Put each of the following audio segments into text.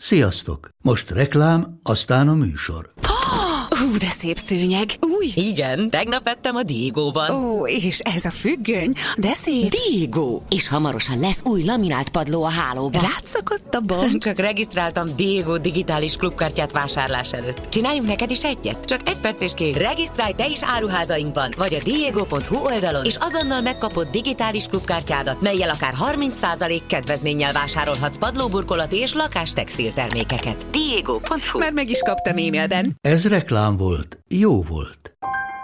Sziasztok! Most reklám, aztán a műsor. Hú, de szép szőnyeg. Új? Igen, tegnap vettem a Diegóban. Ó, és ez a függöny, de szép. Diegó! És hamarosan lesz új laminált padló a hálóban. Rátszakadt a bank. Csak regisztráltam Diegó digitális klubkártyát vásárlás előtt. Csináljunk neked is egyet? Csak 1 perc és kész. Regisztrálj te is áruházainkban, vagy a diego.hu oldalon, és azonnal megkapod digitális klubkártyádat, mellyel akár 30% kedvezménnyel vásárolhatsz padlóburkolati és lakástextil termékeket. Diego.hu. Már meg is kaptam e-mailben. Ez reklám volt, jó volt.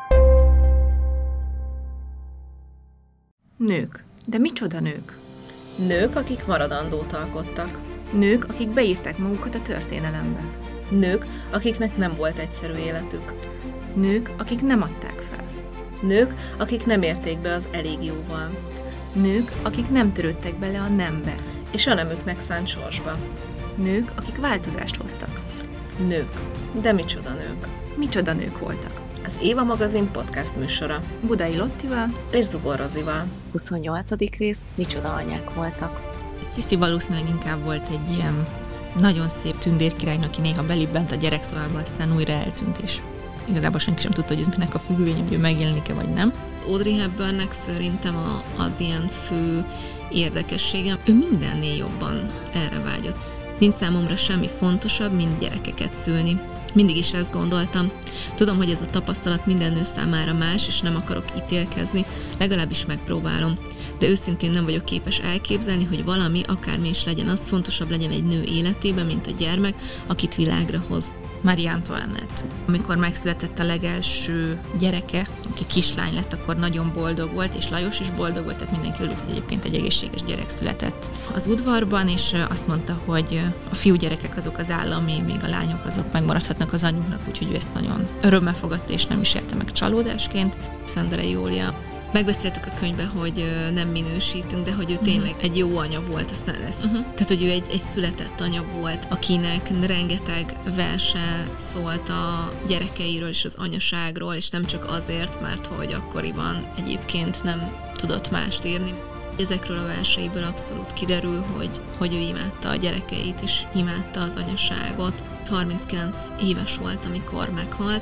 Nők. De micsoda nők? Nők, akik maradandót alkottak. Nők, akik beírták magukat a történelembe. Nők, akiknek nem volt egyszerű életük. Nők, akik nem adták fel. Nők, akik nem érték be az elég jóval. Nők, akik nem törődtek bele a nembe. És a nemüknek szánt sorsba. Nők, akik változást hoztak. Nők. De micsoda nők. Micsoda nők voltak. Az Éva magazin podcast műsora. Budai Lottival és Zubor Rozival. 28. rész, micsoda anyák voltak. Sziszi valószínűleg inkább volt egy ilyen nagyon szép tündérkirály, aki néha belibbent a gyerekszobába, aztán újra eltűnt, és igazából senki sem tudta, hogy ez minek a függvény, hogy ő megjelenik-e vagy nem. Audrey Hepburnnek szerintem az ilyen fő érdekessége, ő mindennél jobban erre vágyott. Nincs számomra semmi fontosabb, mint gyerekeket szülni. Mindig is ezt gondoltam. Tudom, hogy ez a tapasztalat minden nő számára más, és nem akarok ítélkezni, legalábbis megpróbálom. De őszintén nem vagyok képes elképzelni, hogy valami, akármi is legyen az, fontosabb legyen egy nő életében, mint a gyermek, akit világra hoz. Marie Antoinette. Amikor megszületett a legelső gyereke, aki kislány lett, akkor nagyon boldog volt, és Lajos is boldog volt, tehát mindenki örült, hogy egyébként egy egészséges gyerek született az udvarban, és azt mondta, hogy a fiúgyerekek azok az állami, még a lányok azok megmaradhatnak az anyuknak, úgyhogy ő ezt nagyon örömmel fogadta, és nem is élte meg csalódásként. Szendrei Júlia. Megbeszéltük a könyvben, hogy nem minősítünk, de hogy ő tényleg egy jó anya volt, azt ne lesz. Tehát, hogy ő egy született anya volt, akinek rengeteg verse szólt a gyerekeiről és az anyaságról, és nem csak azért, mert hogy akkoriban egyébként nem tudott mást írni. Ezekről a verseiből abszolút kiderül, hogy ő imádta a gyerekeit, és imádta az anyaságot. 39 éves volt, amikor meghalt.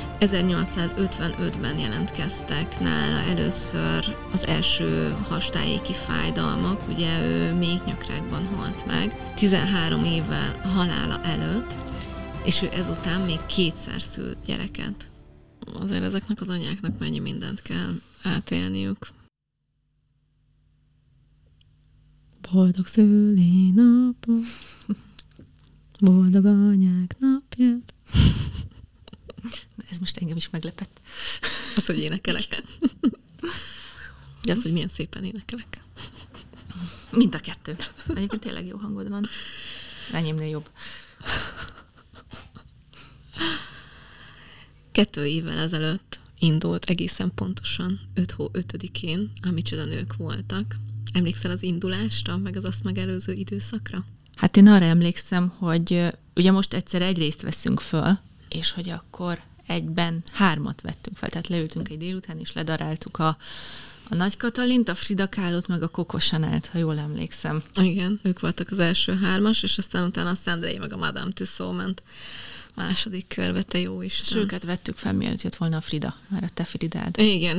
1855-ben jelentkeztek nála először az első hastájéki fájdalmak, ugye ő méhnyakrákban halt meg, 13 évvel a halála előtt, és ő ezután még 2-szer szült gyereket. Azért ezeknek az anyáknak mennyi mindent kell átélniük. Boldog szülinapot, boldog anyák napját. Ez most engem is meglepett. Az, hogy énekelek. De az, hogy milyen szépen énekelek. Mind a kettő. Egyébként tényleg jó hangod van. Enyémnél jobb. 2 évvel ezelőtt indult egészen pontosan 5. hó 5-én, a Micsoda nők voltak. Emlékszel az indulásra, meg az azt megelőző időszakra? Hát én arra emlékszem, hogy ugye most egyszer egy részt veszünk föl, és hogy akkor egyben 3 vettünk fel, tehát leültünk egy délután, és ledaráltuk a Nagy Katalint, a Frida Kahlo-t, meg a Coco Chanel-t, ha jól emlékszem. Igen, ők voltak az első 3, és aztán utána a Szendrei meg a Madame Tussauds ment második körbe, te jó Isten. És őket vettük fel, mielőtt jött volna a Frida, már a te Fridád.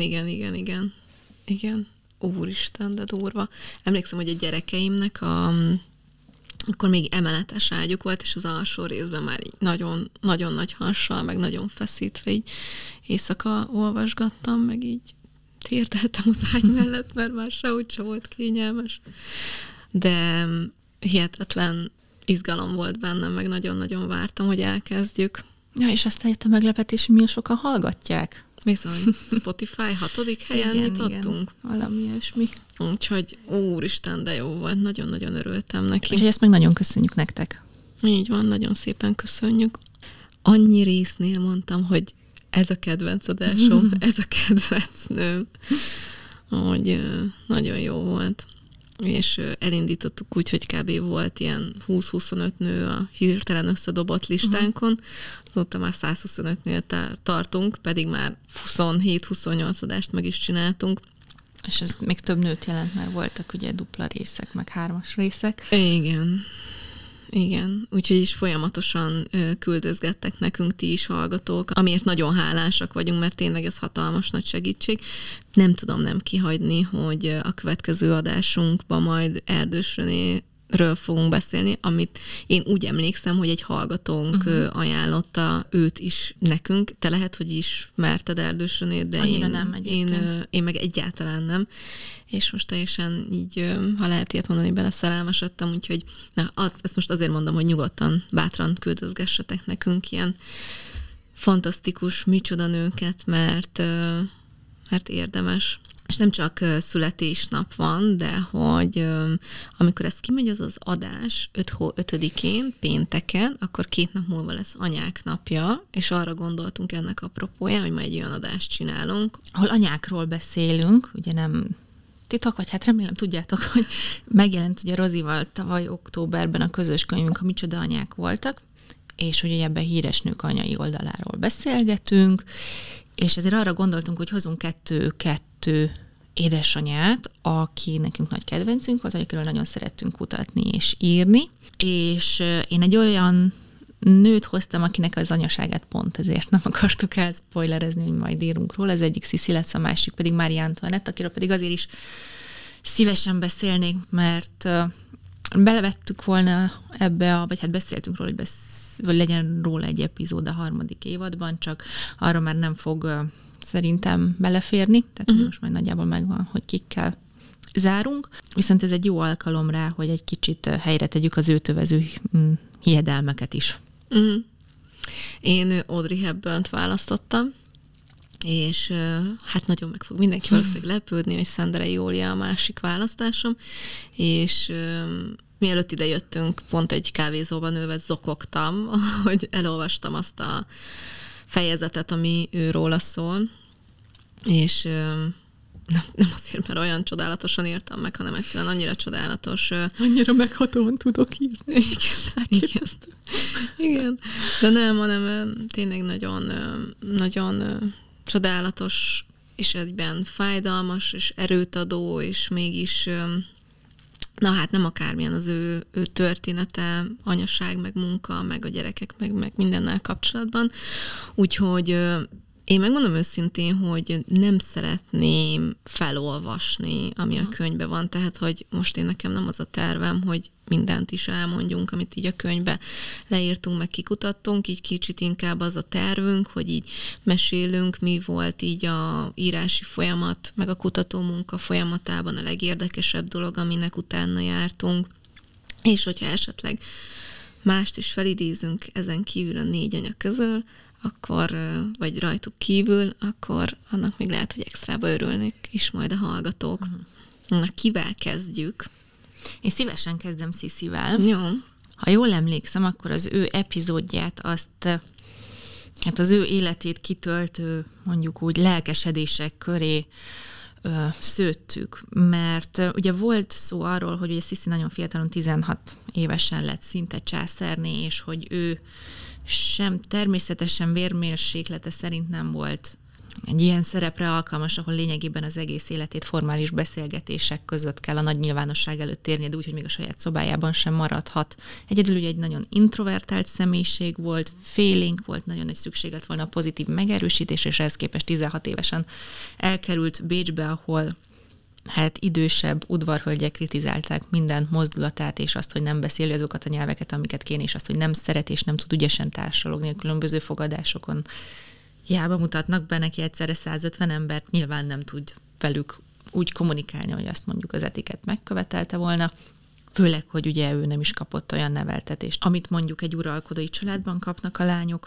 Igen. Úristen, de durva. Emlékszem, hogy a gyerekeimnek akkor még emeletes ágyuk volt, és az alsó részben már így nagyon, nagyon nagy hassal, meg nagyon feszítve így éjszaka olvasgattam, meg így térdeltem az ágy mellett, mert már sehogy se volt kényelmes. De hihetetlen izgalom volt bennem, meg nagyon-nagyon vártam, hogy elkezdjük. Ja, és aztán jött a meglepetés, hogy milyen sokan hallgatják. Bizony, Spotify 6. helyen nyitottunk. Valami ilyesmi. Úgyhogy úristen, de jó volt, nagyon-nagyon örültem neki. Úgyhogy ezt meg nagyon köszönjük nektek. Így van, nagyon szépen köszönjük. Annyi résznél mondtam, hogy ez a kedvenc adásom, ez a kedvenc nőm, hogy nagyon jó volt. És elindítottuk úgy, hogy kb. Volt ilyen 20-25 nő a hirtelen összedobott listánkon, azóta már 125-nél tartunk, pedig már 27-28 adást meg is csináltunk. És ez még több nőt jelent, mert voltak ugye dupla részek, meg 3-as részek. Igen, úgyhogy is folyamatosan küldözgettek nekünk ti is hallgatók, amiért nagyon hálásak vagyunk, mert tényleg ez hatalmas nagy segítség. Nem tudom nem kihagyni, hogy a következő adásunkban majd Erdős Renéről fogunk beszélni, amit én úgy emlékszem, hogy egy hallgatónk ajánlotta őt is nekünk. Te lehet, hogy ismerted Erdős Renét, de én meg egyáltalán nem. És most teljesen így, ha lehet ilyet mondani, beleszerelmesedtem, úgyhogy ezt most azért mondom, hogy nyugodtan, bátran küldözgessetek nekünk ilyen fantasztikus, micsoda nőket, mert érdemes. És nem csak születésnap van, de hogy amikor ez kimegy, az adás 5-én, pénteken, akkor 2 nap múlva lesz anyák napja, és arra gondoltunk ennek apropóján, hogy majd egy olyan adást csinálunk. Ahol anyákról beszélünk, ugye nem titok, vagy hát remélem tudjátok, hogy megjelent ugye Rozival tavaly októberben a közös könyvünk, a Micsoda anyák voltak, és ugye ebben híres nők anyai oldaláról beszélgetünk, és ezért arra gondoltunk, hogy hozunk kettő édesanyát, aki nekünk nagy kedvencünk volt, vagy akiről nagyon szerettünk kutatni és írni, és én egy olyan nőt hoztam, akinek az anyaságát pont ezért nem akartuk elspoilerezni, hogy majd írunk róla. Ez egyik Sissi lesz, a másik pedig Marie Antoinette, akiről pedig azért is szívesen beszélnék, mert belevettük volna ebbe, vagy hát beszéltünk róla, hogy legyen róla egy epizód a 3. évadban, csak arra már nem fog szerintem beleférni, tehát most majd nagyjából megvan, hogy kikkel zárunk. Viszont ez egy jó alkalom rá, hogy egy kicsit helyre tegyük az őt övező hiedelmeket is. Én Audrey Hepburnt választottam, és hát nagyon meg fog mindenki valószínűleg lepődni, hogy Szenderei Júlia a másik választásom, és mielőtt ide jöttünk, pont egy kávézóban ülve zokogtam, hogy elolvastam azt a fejezetet, ami őróla szól, és nem azért, mert olyan csodálatosan írtam meg, hanem egyszerűen annyira csodálatos. Annyira meghatóan tudok írni. Igen. De nem, hanem tényleg nagyon, nagyon csodálatos, és egyben fájdalmas, és erőt adó, és mégis na hát nem akármilyen az ő története, anyaság, meg munka, meg a gyerekek, meg mindennel kapcsolatban. Úgyhogy én megmondom őszintén, hogy nem szeretném felolvasni, ami a könyvben van, tehát, hogy most nekem nem az a tervem, hogy mindent is elmondjunk, amit így a könyvbe leírtunk, meg kikutattunk, így kicsit inkább az a tervünk, hogy így mesélünk, mi volt így a írási folyamat, meg a kutatómunka folyamatában a legérdekesebb dolog, aminek utána jártunk, és hogyha esetleg mást is felidézünk ezen kívül a 4 anya közül, akkor, vagy rajtuk kívül, akkor annak még lehet, hogy extrába örülnek is majd a hallgatók. Na, kivel kezdjük? Én szívesen kezdem Sissivel. Jó. Ha jól emlékszem, akkor az ő epizódját hát az ő életét kitöltő, mondjuk úgy lelkesedések köré szőttük, mert ugye volt szó arról, hogy ugye Sissi nagyon fiatalon, 16 évesen lett szinte császárné, és hogy ő sem természetesen vérmérséklete szerint nem volt egy ilyen szerepre alkalmas, ahol lényegében az egész életét formális beszélgetések között kell a nagy nyilvánosság előtt érnie, de úgy, hogy még a saját szobájában sem maradhat. Egyedül ugye egy nagyon introvertált személyiség volt, félénk volt, nagyon nagy szükség lett volna a pozitív megerősítés, és ehhez képest 16 évesen elkerült Bécsbe, ahol hát idősebb udvarhölgyek kritizálták minden mozdulatát, és azt, hogy nem beszéli azokat a nyelveket, amiket kéne, és azt, hogy nem szeret, és nem tud ügyesen társalogni a különböző fogadásokon. Hiába mutatnak be neki egyszerre 150 embert, nyilván nem tud velük úgy kommunikálni, hogy azt mondjuk az etikett megkövetelte volna, főleg, hogy ugye ő nem is kapott olyan neveltetést, amit mondjuk egy uralkodói családban kapnak a lányok,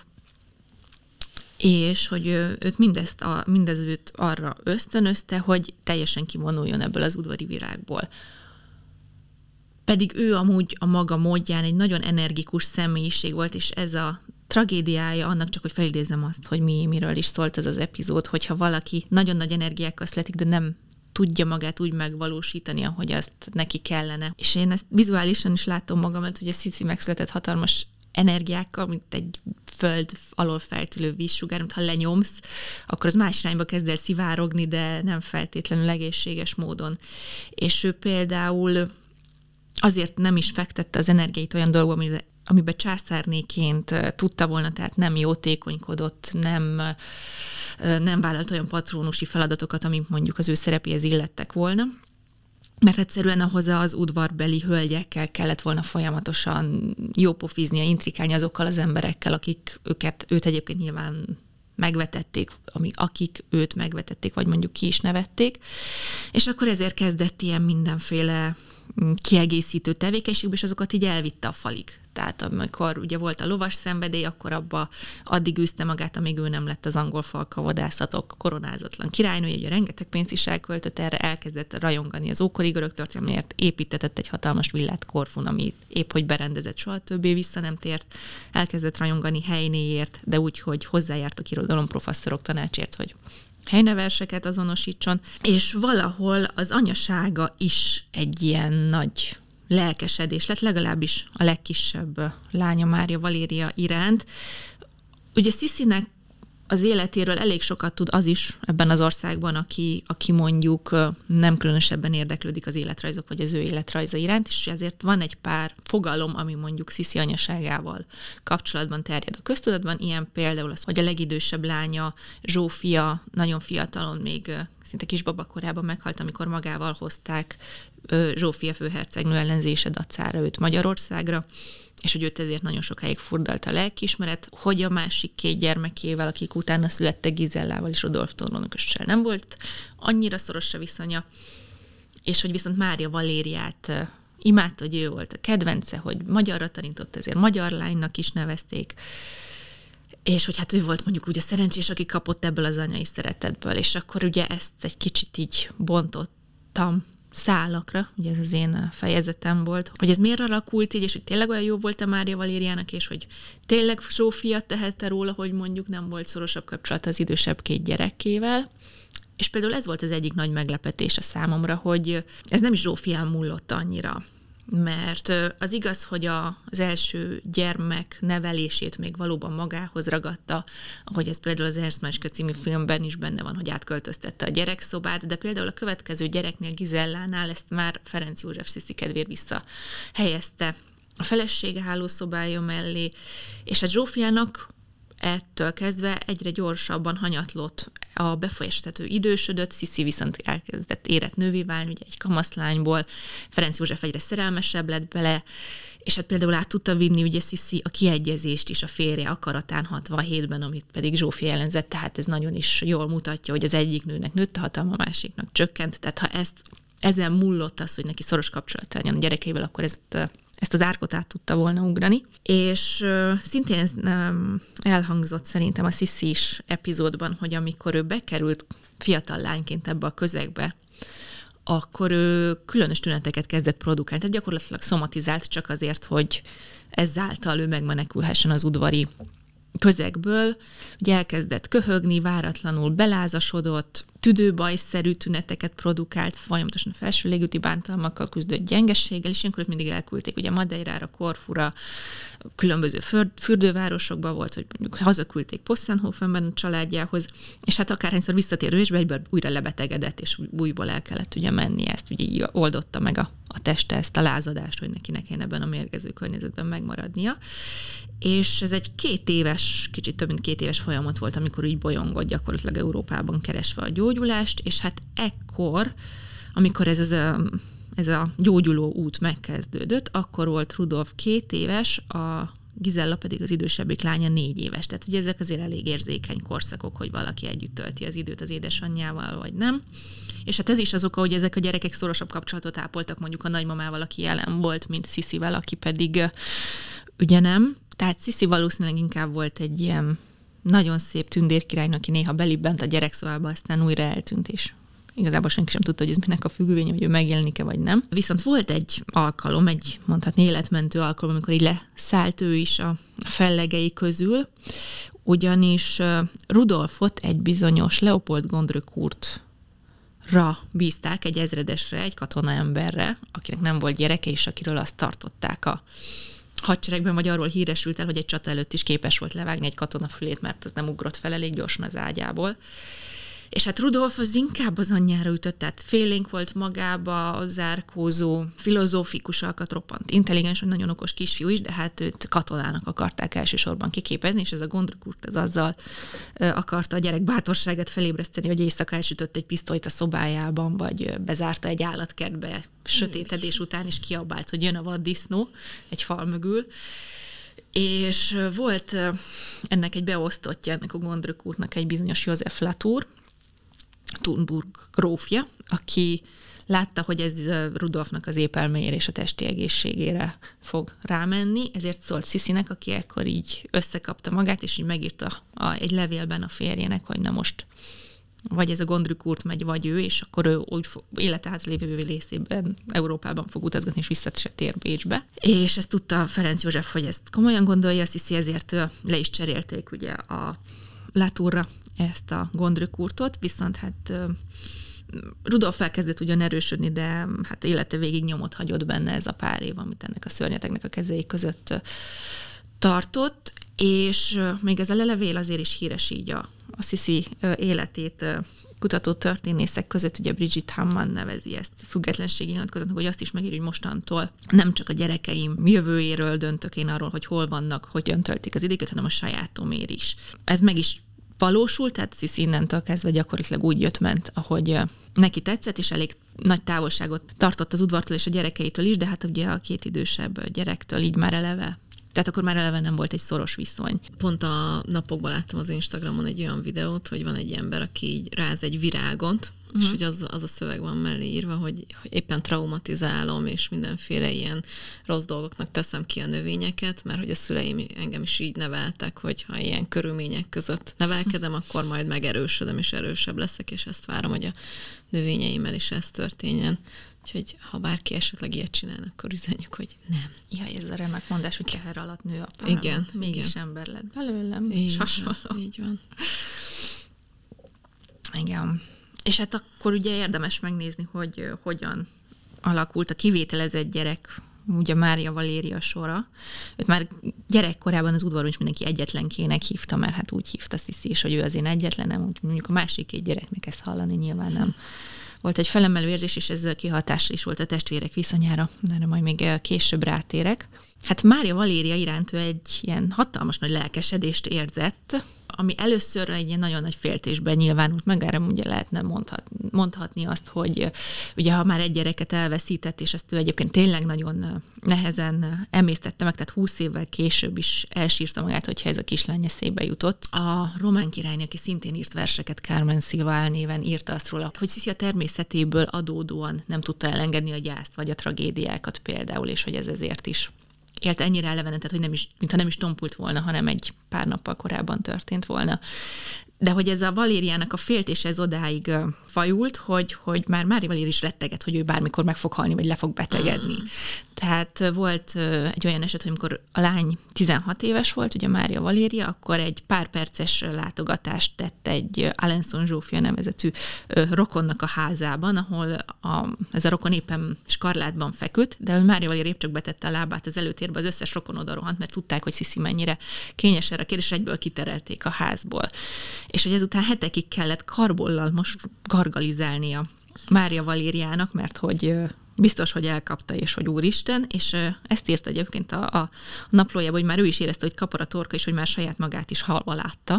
és hogy őt mindez őt arra ösztönözte, hogy teljesen kivonuljon ebből az udvari világból. Pedig ő amúgy a maga módján egy nagyon energikus személyiség volt, és ez a tragédiája annak, csak hogy felidézzem azt, hogy miről is szólt ez az epizód, hogyha valaki nagyon nagy energiákkal születik, de nem tudja magát úgy megvalósítani, ahogy azt neki kellene. És én ezt vizuálisan is látom magamat, hogy a Sissi megszületett hatalmas energiákkal, mint egy föld alól feltűlő vízsugár, amit ha lenyomsz, akkor az más irányba kezd el szivárogni, de nem feltétlenül egészséges módon. És ő például azért nem is fektette az energiát olyan dolgokba, amiben császárnéként tudta volna, tehát nem jótékonykodott, nem vállalt olyan patronusi feladatokat, amik mondjuk az ő szerepéhez illettek volna, mert egyszerűen ahhoz az udvarbeli hölgyekkel kellett volna folyamatosan jópofiznia, intrikálni azokkal az emberekkel, akik őt egyébként nyilván megvetették, akik őt megvetették, vagy mondjuk ki is nevették, és akkor ezért kezdett ilyen mindenféle kiegészítő tevékenységbe, és azokat így elvitte a falig. Tehát amikor ugye volt a lovas szenvedély, akkor abba addig űzte magát, amíg ő nem lett az angol falkavadászatok koronázatlan királynője, ugye rengeteg pénzt is elköltött erre, elkezdett rajongani az ókori görög történelmért, építetett egy hatalmas villát Korfun, amit épp hogy berendezett, soha többé vissza nem tért, elkezdett rajongani Heinéért, de úgy, hogy hozzájárt a irodalom professzorok tanácsért, hogy helyneverseket azonosítson, és valahol az anyasága is egy ilyen nagy lelkesedés lett, legalábbis a legkisebb lánya Mária Valéria iránt. Ugye Sisinek az életéről elég sokat tud az is ebben az országban, aki mondjuk nem különösebben érdeklődik az életrajzok vagy az ő életrajza iránt, és ezért van egy pár fogalom, ami mondjuk Sisi anyaságával kapcsolatban terjed a köztudatban, ilyen például az, hogy a legidősebb lánya, Zsófia, nagyon fiatalon, még szinte kisbabakorában meghalt, amikor magával hozták Zsófia főhercegnő ellenzése dacára őt Magyarországra, és hogy őt ezért nagyon sokáig furdalt a lelkiismeret, hogy a másik 2 gyermekével, akik utána születtek, Gizellával és Rudolf trónörökössel nem volt annyira szoros a viszonya, és hogy viszont Mária Valériát imádta, hogy ő volt a kedvence, hogy magyarra tanított, ezért magyar lánynak is nevezték, és hogy hát ő volt mondjuk úgy a szerencsés, aki kapott ebből az anyai szeretetből, és akkor ugye ezt egy kicsit így bontottam szálakra, ugye ez az én fejezetem volt, hogy ez miért alakult így, és hogy tényleg olyan jó volt a Mária Valériának, és hogy tényleg Zsófia tehette róla, hogy mondjuk nem volt szorosabb kapcsolat az idősebb 2 gyerekével. És például ez volt az egyik nagy meglepetés a számomra, hogy ez nem is Zsófián múlott annyira, mert az igaz, hogy az első gyermek nevelését még valóban magához ragadta, ahogy ez például az Ernst Máska című filmben is benne van, hogy átköltöztette a gyerekszobát, de például a következő gyereknél, Gizellánál ezt már Ferenc József Sisi kedvéért visszahelyezte a felesége hálószobája mellé, és a Zsófiának ettől kezdve egyre gyorsabban hanyatlott, a befolyásoltató idősödött, Sisi viszont elkezdett érett nővé válni, ugye egy kamaszlányból, Ferenc József egyre szerelmesebb lett bele, és hát például át tudta vinni ugye Sisi a kiegyezést is a férje akaratán 67-ben, amit pedig Zsófia ellenzett, tehát ez nagyon is jól mutatja, hogy az egyik nőnek nőtt a hatalma, a másiknak csökkent, tehát ha ezen múlott az, hogy neki szoros kapcsolat legyen a gyerekeivel, akkor ezt az árkot át tudta volna ugrani. És szintén elhangzott szerintem a Sisi-s epizódban, hogy amikor ő bekerült fiatal lányként ebbe a közegbe, akkor ő különös tüneteket kezdett produkálni. Tehát gyakorlatilag szomatizált csak azért, hogy ezáltal ő megmenekülhessen az udvari közegből. Ugye elkezdett köhögni, váratlanul belázasodott, tüdőbajszerű tüneteket produkált, folyamatosan felső légúti bántalmakkal küzdött, gyengességgel, és ilyenkor mindig elküldték, ugye Madeirára, Korfura, különböző fürdővárosokba volt, hogy mondjuk hazaküldték Possenhofenben a családjához, és hát akárhányszor visszatérő, és egyből újra lebetegedett, és újból el kellett ugye menni, ezt ugye így oldotta meg a teste ezt a lázadást, hogy neki ne kelljen ebben a mérgező környezetben megmaradnia. És ez egy 2 éves, kicsit több mint 2 éves folyamat volt, amikor így bolyongott gyakorlatilag Európában keresve a gyógyulást, és hát ekkor, amikor ez a gyógyuló út megkezdődött, akkor volt Rudolf 2 éves, a Gizella pedig az idősebbik lánya 4 éves. Tehát ugye ezek azért elég érzékeny korszakok, hogy valaki együtt tölti az időt az édesanyjával, vagy nem. És hát ez is az oka, hogy ezek a gyerekek szorosabb kapcsolatot ápoltak mondjuk a nagymamával, aki jelen volt, mint Sisivel, aki pedig ugye nem. Tehát Sisi valószínűleg inkább volt egy ilyen nagyon szép tündérkirálynak, aki néha belibbent a gyerekszobába, aztán újra eltűnt, és igazából senki sem tudta, hogy ez minek a függvénye, hogy ő megjelenik-e vagy nem. Viszont volt egy alkalom, egy mondhatni életmentő alkalom, amikor így leszállt ő is a fellegei közül, ugyanis Rudolfot egy bizonyos Leopold Gondrökurtra bízták, egy ezredesre, egy katonaemberre, akinek nem volt gyereke, és akiről azt tartották a hadseregben, vagy arról híresült el, hogy egy csata előtt is képes volt levágni egy katona fülét, mert az nem ugrott fel elég gyorsan az ágyából. És hát Rudolf az inkább az anyjára ütött, tehát félénk volt magába, zárkózó, filozófikus alkat, roppant intelligens, nagyon okos kisfiú is, de hát őt katonának akarták elsősorban kiképezni, és ez a Gondrikurt ez azzal akarta a gyerek bátorságát felébreszteni, hogy éjszaka elsütött egy pisztolyt a szobájában, vagy bezárta egy állatkertbe sötétedés után, és kiabált, hogy jön a vaddisznó egy fal mögül. És volt ennek egy beosztottja, ennek a Gondrikurtnak egy bizonyos József Latour, Thunburg grófja, aki látta, hogy ez Rudolfnak az épelméjére és a testi egészségére fog rámenni, ezért szólt Sisinek, aki ekkor így összekapta magát, és így megírta egy levélben a férjének, hogy na most vagy ez a Gondrikurt megy, vagy ő, és akkor ő úgy élete hátralévő részében Európában fog utazgatni, és vissza se tér Bécsbe. És ezt tudta Ferenc József, hogy ezt komolyan gondolja Sisi, ezért le is cserélték ugye a Latourra ezt a Gondrikurtot, viszont hát Rudolf elkezdett ugyan erősödni, de hát élete végig nyomot hagyott benne ez a pár év, amit ennek a szörnyetegnek a kezei között tartott, és még ez a levél azért is híres így a Sisi életét kutató történészek között, ugye Brigitte Hammann nevezi ezt függetlenségi nyilatkozatnak, hogy azt is megírja, hogy mostantól nem csak a gyerekeim jövőjéről döntök én arról, hogy hol vannak, hogyan töltik az időket, hanem a sajátomért is. Ez meg is valósult, tehát Sisi innentől kezdve gyakorlatilag úgy jött-ment, ahogy neki tetszett, és elég nagy távolságot tartott az udvartól és a gyerekeitől is, de hát ugye a két idősebb gyerektől így már eleve. Tehát akkor már eleve nem volt egy szoros viszony. Pont a napokban láttam az Instagramon egy olyan videót, hogy van egy ember, aki így ráz egy virágot, és hogy az a szöveg van mellé írva, hogy éppen traumatizálom, és mindenféle ilyen rossz dolgoknak teszem ki a növényeket, mert hogy a szüleim engem is így neveltek, hogy ha ilyen körülmények között nevelkedem, akkor majd megerősödöm, és erősebb leszek, és ezt várom, hogy a növényeimmel is ez történjen. Úgyhogy ha bárki esetleg ilyet csinál, akkor üzenjük, hogy nem. Ja, ez a remek mondás, hogy teher alatt nő a párom. Igen. Mégis igen. Ember lett belőlem, így és hasonló. Így van. Igen. És hát akkor ugye érdemes megnézni, hogy hogyan alakult a kivételezett gyerek, ugye Mária Valéria sora. Őt már gyerekkorában az udvaron is mindenki egyetlenkének hívta, mert hát úgy hívta Sisi is, hogy ő az én egyetlenem, úgy mondjuk a másik két gyereknek ezt hallani nyilván nem. Volt egy felemelő érzés, és ez kihatás is volt a testvérek viszonyára, de erre majd még később rátérek. Hát Mária Valéria iránt ő egy ilyen hatalmas nagy lelkesedést érzett, ami először egy ilyen nagyon nagy féltésben nyilvánult meg, erre ugye lehetne mondhatni azt, hogy ugye ha már egy gyereket elveszített, és ezt ő egyébként tényleg nagyon nehezen emésztette meg, tehát 20 évvel később is elsírta magát, hogyha ez a kislány eszébe jutott. A román királyné, aki szintén írt verseket, Carmen Silva néven írta azt róla, hogy Sisi a természetéből adódóan nem tudta elengedni a gyászt, vagy a tragédiákat például, és hogy ez ezért is élt ennyire elevenetet, hogy mintha nem is tompult volna, hanem egy pár nappal korábban történt volna. De hogy ez a Valériának a féltése ez odáig fajult, hogy már Mária Valéria is retteget, hogy ő bármikor meg fog halni, vagy le fog betegedni. Tehát volt egy olyan eset, hogy amikor a lány 16 éves volt, ugye Mária Valéria, akkor egy pár perces látogatást tett egy Alençon Zsófia nevezetű rokonnak a házában, ahol ez a rokon éppen skarlátban feküdt, de Mária Valéria épp csak betette a lábát az előtérbe, az összes rokon oda rohant, mert tudták, hogy Sisi mennyire kényes erre a kérdés, egyből kiterelték a házból. És hogy ezután hetekig kellett karbollal most gargalizálnia Mária Valériának, mert hogy biztos, hogy elkapta, és hogy úristen, és ezt írt egyébként a naplójában, hogy már ő is érezte, hogy kapar a torka, és hogy már saját magát is halva látta.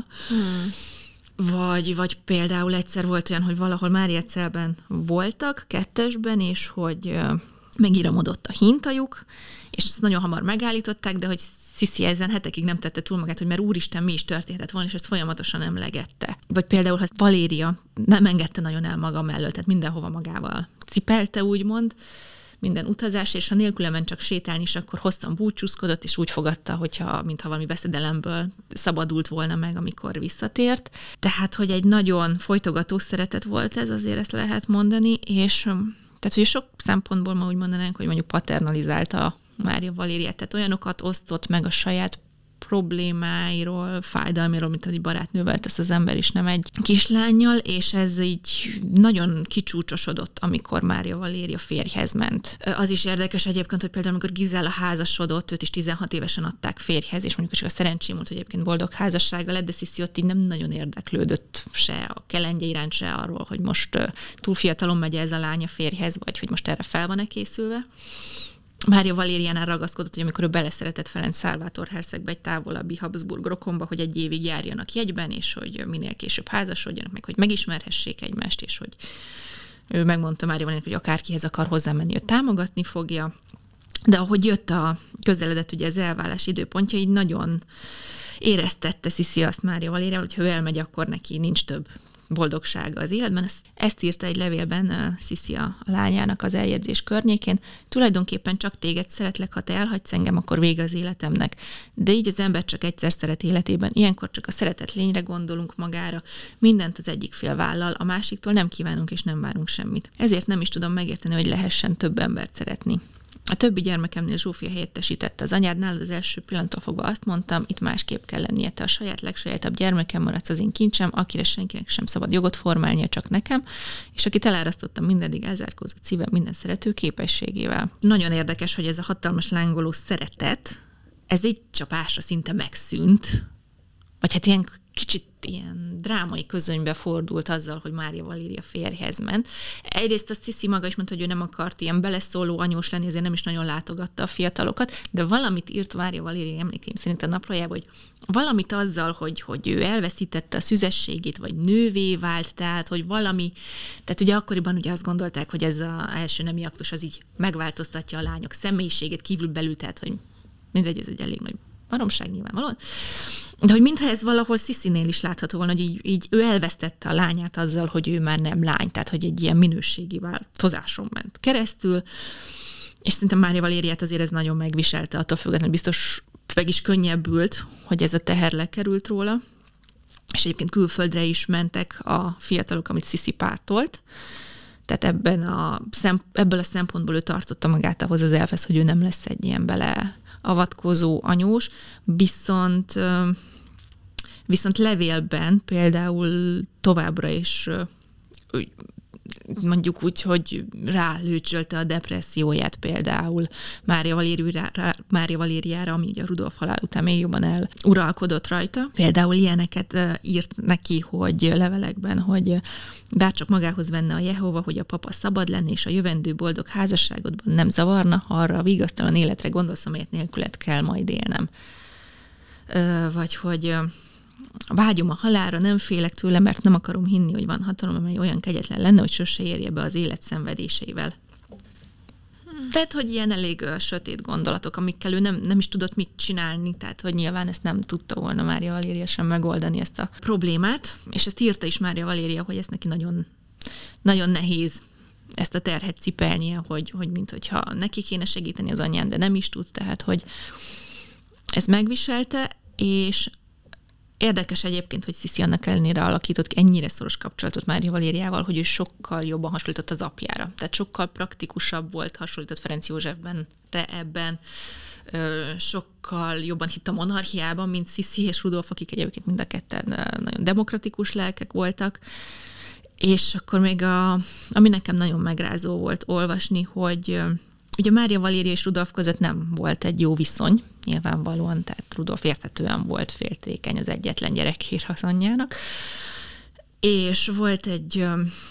Vagy például egyszer volt olyan, hogy valahol Máriacelben voltak, kettesben, és hogy megíramodott a hintajuk, és ezt nagyon hamar megállították, de hogy Sisi ezen hetekig nem tette túl magát, hogy mert úristen, mi is történhetett volna, és ezt folyamatosan emlegette. Vagy például, ha Valéria nem engedte nagyon el maga mellől, tehát mindenhova magával cipelte, úgymond, minden utazás, és ha nélküle ment csak sétálni is, akkor hosszan búcsúzkodott, és úgy fogadta, mintha valami veszedelemből szabadult volna meg, amikor visszatért. Tehát, hogy egy nagyon folytogató szeretet volt ez, azért ezt lehet mondani, és tehát, hogy sok szempontból ma úgy mondanánk, hogy mondjuk paternalizálta Mária Valériát, tehát olyanokat osztott meg a saját problémáiról, fájdalmiról, mint hogy barátnővel tesz az ember is, nem egy kislánnyal, és ez így nagyon kicsúcsosodott, amikor Mária Valéria férjhez ment. Az is érdekes egyébként, hogy például amikor Gizella házasodott, őt is 16 évesen adták férjhez, és mondjuk csak a szerencsém volt, hogy egyébként boldog házassága lett, de Sissi ott így nem nagyon érdeklődött se a kelendje iránt, se arról, hogy most túl fiatalon megy ez a lánya férjhez, vagy hogy most erre fel van-e készülve. Mária Valériánál ragaszkodott, hogy amikor ő beleszeretett Ferenc Szálvátor hercegbe egy távolabbi Habsburg rokonba, hogy egy évig járjanak jegyben, és hogy minél később házasodjanak, meg hogy megismerhessék egymást, és hogy ő megmondta Mária Valériának, hogy akárkihez akar hozzámenni, ő támogatni fogja. De ahogy jött közeledett ugye az elválás időpontja, így nagyon éreztette Sissi azt Mária Valériával, hogy ha ő elmegy, akkor neki nincs több boldogsága az életben. Ezt írta egy levélben Sissi a lányának az eljegyzés környékén. Tulajdonképpen csak téged szeretlek, ha te elhagysz engem, akkor vége az életemnek. De így az ember csak egyszer szeret életében. Ilyenkor csak a szeretett lényre gondolunk magára. Mindent az egyik fél vállal, a másiktól nem kívánunk és nem várunk semmit. Ezért nem is tudom megérteni, hogy lehessen több embert szeretni. A többi gyermekemnél Zsófia helyettesítette az anyádnál, az első pillanattól fogva azt mondtam, itt másképp kell lennie, te a saját legsajátabb gyermekem maradsz, az én kincsem, akire senkinek sem szabad jogot formálnia, csak nekem, és akit elárasztottam mindeddig elzárkózott szívem minden szerető képességével. Nagyon érdekes, hogy ez a hatalmas lángoló szeretet, ez egy csapásra szinte megszűnt, vagy hát ilyen kicsit ilyen drámai közönybe fordult azzal, hogy Mária Valéria férjhez ment. Egyrészt azt Sissi maga is mondta, hogy ő nem akart ilyen beleszóló anyós lenni, ezért nem is nagyon látogatta a fiatalokat, de valamit írt Mária Valéria emlékeim szerint a naplójában, hogy valamit azzal, hogy ő elveszítette a szüzességét, vagy nővé vált, tehát, hogy valami, tehát ugye akkoriban ugye azt gondolták, hogy ez az első nemi aktus az így megváltoztatja a lányok személyiségét kívül-belül, tehát, hogy mindegy, ez egy elég nagy baromság nyilvánvalóan. De hogy mintha ez valahol Sissinél is látható volna, hogy így ő elvesztette a lányát azzal, hogy ő már nem lány, tehát hogy egy ilyen minőségi változáson ment keresztül, és szerintem Mária Valériát azért ez nagyon megviselte, attól függetlenül biztos meg is könnyebbült, hogy ez a teher lekerült róla, és egyébként külföldre is mentek a fiatalok, amit Sissi pártolt, tehát ebből a szempontból ő tartotta magát ahhoz az elvhez, hogy ő nem lesz egy ilyen beleavatkozó anyós, viszont levélben például továbbra is mondjuk úgy, hogy rálőcsölte a depresszióját például Mária Valériára, ami ugye a Rudolf halál után még jobban eluralkodott rajta. Például ilyeneket írt neki, hogy levelekben, hogy bárcsak magához venne a Jehova, hogy a papa szabad lenne, és a jövendő boldog házasságodban nem zavarna, ha arra a vigasztalan életre gondolsz, amelyet nélküled kell majd élnem. Vagy hogy vágyom a halálra, nem félek tőle, mert nem akarom hinni, hogy van hatalom, amely olyan kegyetlen lenne, hogy sose érje be az élet szenvedéseivel. Tehát, hogy ilyen elég sötét gondolatok, amikkel ő nem is tudott mit csinálni, tehát, hogy nyilván ezt nem tudta volna Mária Valéria sem megoldani ezt a problémát, és ezt írta is Mária Valéria, hogy ez neki nagyon, nagyon nehéz ezt a terhet cipelnie, hogy minthogyha neki kéne segíteni az anyján, de nem is tud, tehát, hogy ez megviselte, és érdekes egyébként, hogy Sissi annak ellenére alakított ennyire szoros kapcsolatot Mária Valériával, hogy ő sokkal jobban hasonlított az apjára. Tehát sokkal praktikusabb volt, hasonlított Ferenc Józsefben, ebben, sokkal jobban hitt a monarchiában, mint Sissi és Rudolf, akik egyébként mind a ketten nagyon demokratikus lelkek voltak. És akkor még ami nekem nagyon megrázó volt olvasni, hogy ugye Mária Valéria és Rudolf között nem volt egy jó viszony, nyilvánvalóan, tehát Rudolf érthetően volt féltékeny az egyetlen gyerekére az anyjának. És volt egy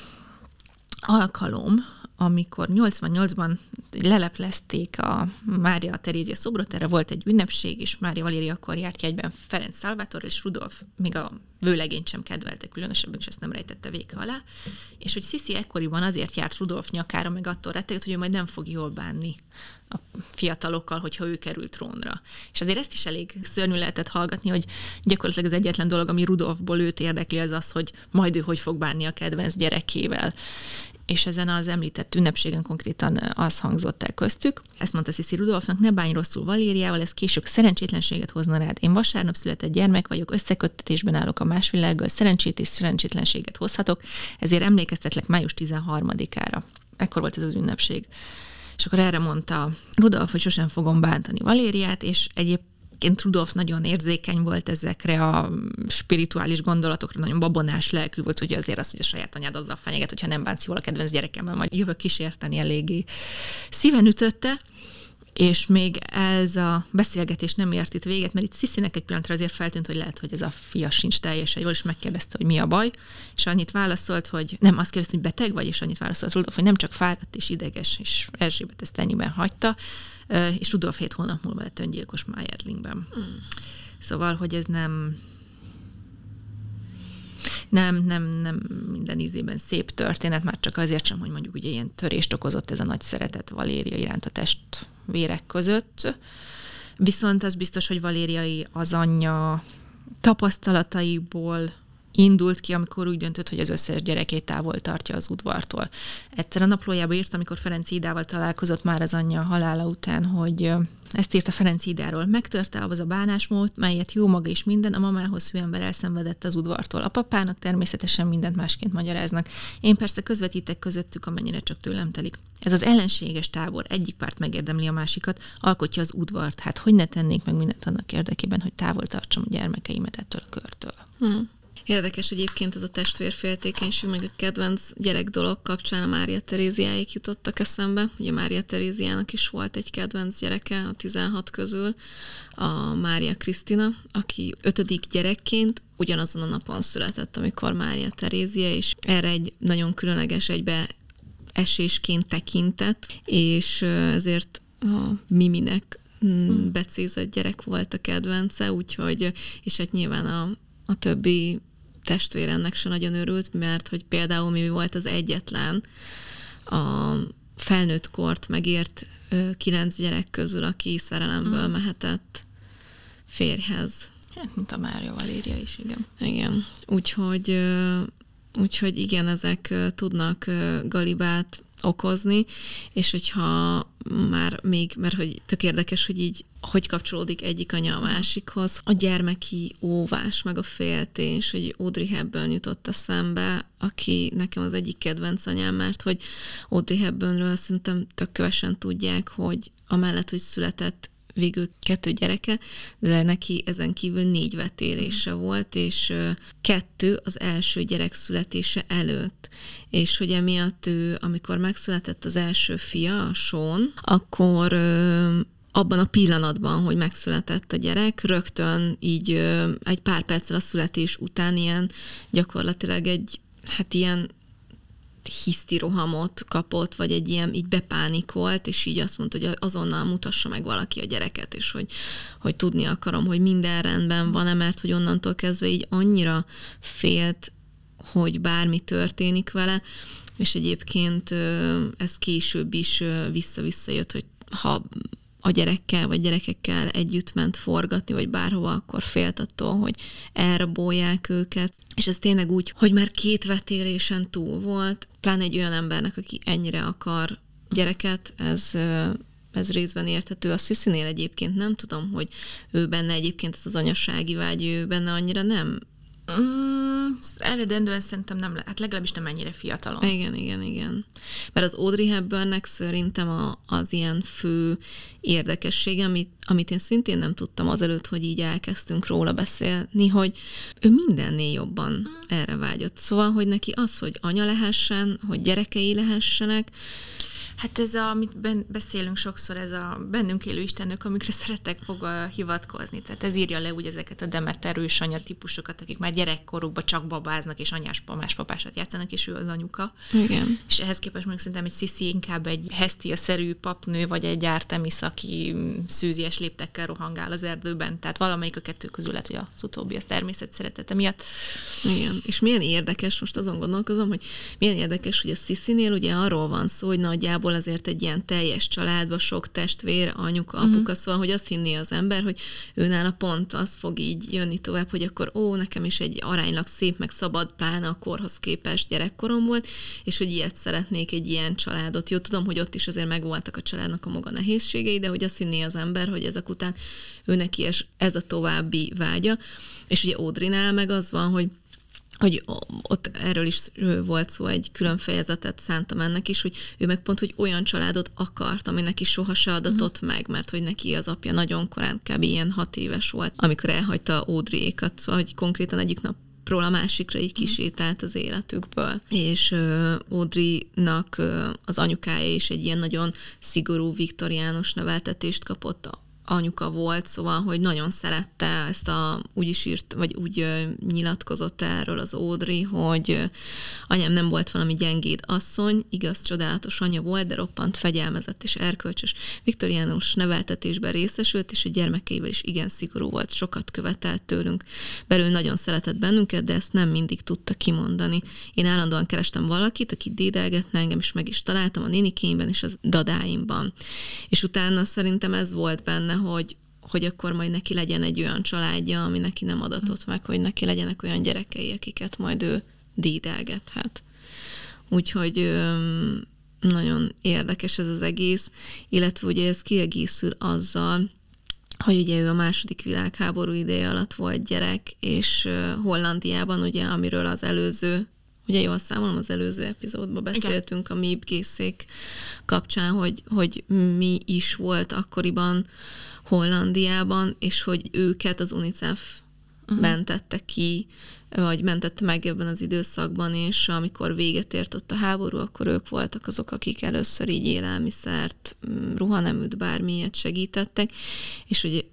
alkalom, amikor 88-ban leleplezték a Mária Terézia szobrot, erre volt egy ünnepség, és Mária Valéria akkor járt jegyben Ferenc Szálvátorral, és Rudolf még a vőlegényt sem kedvelte különösebben, és ezt nem rejtette véka alá. És hogy Sissi ekkoriban azért járt Rudolf nyakára, meg attól rettegett, hogy ő majd nem fog jól bánni a fiatalokkal, hogyha ő kerül trónra. És azért ezt is elég szörnyű lehetett hallgatni, hogy gyakorlatilag az egyetlen dolog, ami Rudolfból őt érdekli, az, hogy majd ő hogy fog bánni a kedvenc gyerekével. És ezen az említett ünnepségen konkrétan az hangzott el köztük. Ezt mondta Sissi Rudolfnak, ne bánj rosszul Valériával, ez később szerencsétlenséget hozna rád. Én vasárnap született gyermek vagyok, összeköttetésben állok a más világgal, szerencsét és szerencsétlenséget hozhatok, ezért emlékeztetlek május 13-ára. Ekkor volt ez az ünnepség. És akkor erre mondta Rudolf, hogy sosem fogom bántani Valériát, és Rudolf nagyon érzékeny volt ezekre a spirituális gondolatokra, nagyon babonás lelkű volt, hogy azért az, hogy a saját anyád azzal fenyeget, hogyha nem bánsz jól a kedvenc gyerekemmel, majd jövök kísérteni, eléggé szíven ütötte, és még ez a beszélgetés nem ért itt véget, mert itt Sissynek egy pillanatra azért feltűnt, hogy lehet, hogy ez a fia sincs teljesen jól, és megkérdezte, hogy mi a baj, és annyit válaszolt, hogy nem, azt kérdezte, hogy beteg vagy, és annyit válaszolt Rudolf, hogy nem csak fáradt és ideges, és Erzsébet ezt ennyiben hagyta, és Rudolf 7 hónap múlva lett öngyilkos Mayerlingben. Szóval, hogy ez nem minden ízében szép történet, már csak azért sem, hogy mondjuk ugye ilyen törést okozott ez a nagy szeretet Valéria iránt a testvérek között. Viszont az biztos, hogy Valériai az anyja tapasztalataiból indult ki, amikor úgy döntött, hogy az összes gyerekét távol tartja az udvartól. Egyszer a naplójába írt, amikor Ferenc Idával találkozott már az anyja halála után, hogy ezt írta Ferenc Idáról. Megtörte az a bánásmód, melyet jó maga is minden a mamához hű ember elszenvedett az udvartól. A papának természetesen mindent másként magyaráznak. Én persze közvetítek közöttük, amennyire csak tőlem telik. Ez az ellenséges tábor, egyik párt megérdemli a másikat, alkotja az udvart. Hát hogy ne tennék meg mindent annak érdekében, hogy távol tartsam a gyermekeimet ettől a körtől. Érdekes egyébként ez a testvérféltékenység, meg a kedvenc gyerek dolog kapcsán a Mária Teréziáig jutottak eszembe. Ugye Mária Teréziának is volt egy kedvenc gyereke a 16 közül, a Mária Krisztina, aki 5. gyerekként ugyanazon a napon született, amikor Mária Terézia, és erre egy nagyon különleges egybeesésként tekintett, és ezért a Miminek becézett gyerek volt a kedvence, úgyhogy, és hát nyilván a többi testvér ennek se nagyon örült, mert hogy például Mimi volt az egyetlen a felnőtt kort megért 9 gyerek közül, aki szerelemből mehetett férjhez. Hát, mint a Mária Valéria is, igen. Igen. Úgyhogy igen, ezek tudnak galibát okozni, és hogyha már még, mert hogy tök érdekes, hogy így hogy kapcsolódik egyik anya a másikhoz. A gyermeki óvás, meg a féltés, hogy Audrey Hepburn jutott eszembe, aki nekem az egyik kedvenc anyám, mert hogy Audrey Hepburnről szerintem tök kövesen tudják, hogy amellett, hogy született végül 2 gyereke, de neki ezen kívül 4 vetélése volt, és 2 az első gyerek születése előtt. És hogy emiatt ő, amikor megszületett az első fia, a Sean, akkor abban a pillanatban, hogy megszületett a gyerek, rögtön így egy pár perccel a születés után ilyen gyakorlatilag egy, hát ilyen hisztirohamot kapott, vagy egy ilyen így bepánikolt, és így azt mondta, hogy azonnal mutassa meg valaki a gyereket, és hogy tudni akarom, hogy minden rendben van-e, mert hogy onnantól kezdve így annyira félt, hogy bármi történik vele, és egyébként ez később is vissza-vissza jött, hogy ha a gyerekkel vagy gyerekekkel együtt ment forgatni, vagy bárhova, akkor félt attól, hogy elrabolják őket. És ez tényleg úgy, hogy már 2 vetélésen túl volt, pláne egy olyan embernek, aki ennyire akar gyereket, ez részben érthető. A Sissynél egyébként nem tudom, hogy ő benne egyébként ez az anyasági vágy, ő benne annyira nem. Eredendően szerintem nem, hát legalábbis nem ennyire fiatalon. Igen. Mert az Audrey Hepburnnek szerintem az ilyen fő érdekessége, amit én szintén nem tudtam azelőtt, hogy így elkezdtünk róla beszélni, hogy ő mindennél jobban erre vágyott. Szóval, hogy neki az, hogy anya lehessen, hogy gyerekei lehessenek. Hát ez amit beszélünk sokszor, ez a bennünk élő istennök, amikre szeretek hivatkozni. Tehát ez írja le úgy ezeket a Demeter ősanya típusokat, akik már gyerekkorukban csak babáznak, és más-papásat játszanak, és ő az anyuka. Igen. És ehhez képest mondjuk szerintem egy Sissy inkább egy Hestia-szerű papnő, vagy egy Artemis, aki szűzies léptekkel rohangál az erdőben. Tehát valamelyik a 2 közül lehet, hogy az utóbbi az természet szeretete miatt. Igen. És milyen érdekes, most azon gondolkozom, hogy milyen érdekes, hogy a Sissynél ugye arról van szó, hogy nagyjából azért egy ilyen teljes családban sok testvér, anyuka, apuka, szóval, hogy azt hinné az ember, hogy őnála pont az fog így jönni tovább, hogy akkor nekem is egy aránylag szép, meg szabad, pláne a korhoz képest gyerekkorom volt, és hogy ilyet szeretnék, egy ilyen családot. Jó, tudom, hogy ott is azért megvoltak a családnak a maga nehézségei, de hogy azt hinné az ember, hogy ezek után ő neki ez a további vágya. És ugye Audrey-nál meg az van, hogy hogy ott erről is volt szó, egy külön fejezetet szántam ennek is, hogy ő meg pont, hogy olyan családot akart, ami neki soha se adatott meg, mert hogy neki az apja nagyon korán, kb. Ilyen 6 éves volt, amikor elhagyta Audrey-ékat, szóval hogy konkrétan egyik napról a másikra így kisétált az életükből. És Audrey-nak az anyukája is egy ilyen nagyon szigorú viktoriánus neveltetést kapott, anyuka volt, szóval, hogy nagyon szerette ezt úgy is írt, vagy úgy nyilatkozott erről az Audrey, hogy anyám nem volt valami gyengéd asszony, igaz, csodálatos anya volt, de roppant fegyelmezett és erkölcsös. Viktoriánus neveltetésben részesült, és a gyermekeivel is igen szigorú volt, sokat követelt tőlünk. Belül nagyon szeretett bennünket, de ezt nem mindig tudta kimondani. Én állandóan kerestem valakit, aki dédelgetne engem, és meg is találtam a nénikéimben és az dadáimban. És utána szerintem ez volt benne, hogy akkor majd neki legyen egy olyan családja, ami neki nem adatott meg, hogy neki legyenek olyan gyerekei, akiket majd ő dédelgethet. Úgyhogy nagyon érdekes ez az egész, illetve ugye ez kiegészül azzal, hogy ugye ő a második világháború ideje alatt volt gyerek, és Hollandiában, ugye, amiről az előző, ugye jól számolom, az előző epizódban beszéltünk a Miep-gészék kapcsán, hogy mi is volt akkoriban Hollandiában, és hogy őket az UNICEF mentette ki, vagy mentette meg ebben az időszakban, és amikor véget ért ott a háború, akkor ők voltak azok, akik először így élelmiszert, ruhaneműt, bármilyet segítettek, és hogy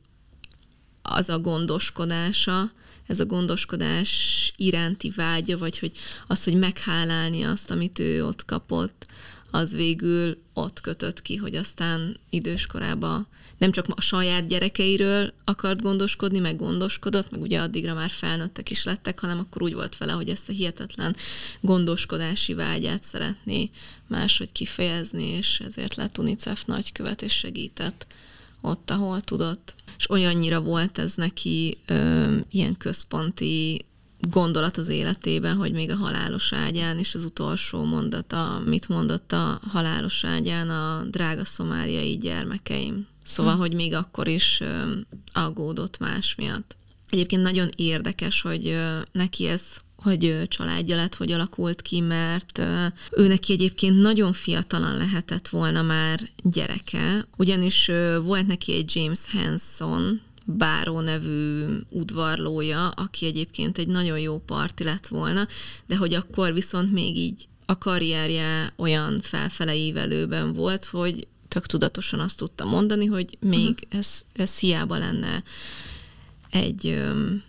az a gondoskodása, ez a gondoskodás iránti vágya, vagy hogy az, hogy meghálálni azt, amit ő ott kapott, az végül ott kötött ki, hogy aztán időskorában nem csak a saját gyerekeiről akart gondoskodni, meg gondoskodott, meg ugye addigra már felnőttek is lettek, hanem akkor úgy volt vele, hogy ezt a hihetetlen gondoskodási vágyát szeretné máshogy kifejezni, és ezért lett UNICEF nagykövet, és segített ott, ahol tudott. És olyannyira volt ez neki ilyen központi gondolat az életében, hogy még a halálos ágyán, és az utolsó mondata, amit mondott a halálos ágyán, a drága szomáliai gyermekeim. Szóval, hogy még akkor is aggódott más miatt. Egyébként nagyon érdekes, hogy neki ez, hogy családja lett, hogy alakult ki, mert ő neki egyébként nagyon fiatalan lehetett volna már gyereke, ugyanis volt neki egy James Hanson báró nevű udvarlója, aki egyébként egy nagyon jó parti lett volna, de hogy akkor viszont még így a karrierje olyan felfele ívelőben volt, hogy tök tudatosan azt tudta mondani, hogy még ez hiába lenne egy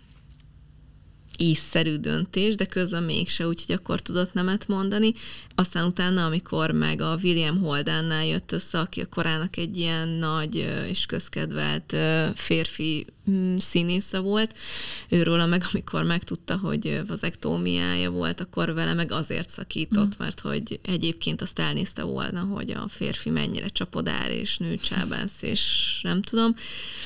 észszerű döntés, de közben mégse, úgyhogy akkor tudott nemet mondani. Aztán utána, amikor meg a William Holdannál jött össze, aki a korának egy ilyen nagy és közkedvelt férfi színésze volt, őróla meg amikor megtudta, hogy vazektómiája volt, akkor vele meg azért szakított, mert hogy egyébként azt elnézte volna, hogy a férfi mennyire csapodár és nőcsábász, és nem tudom.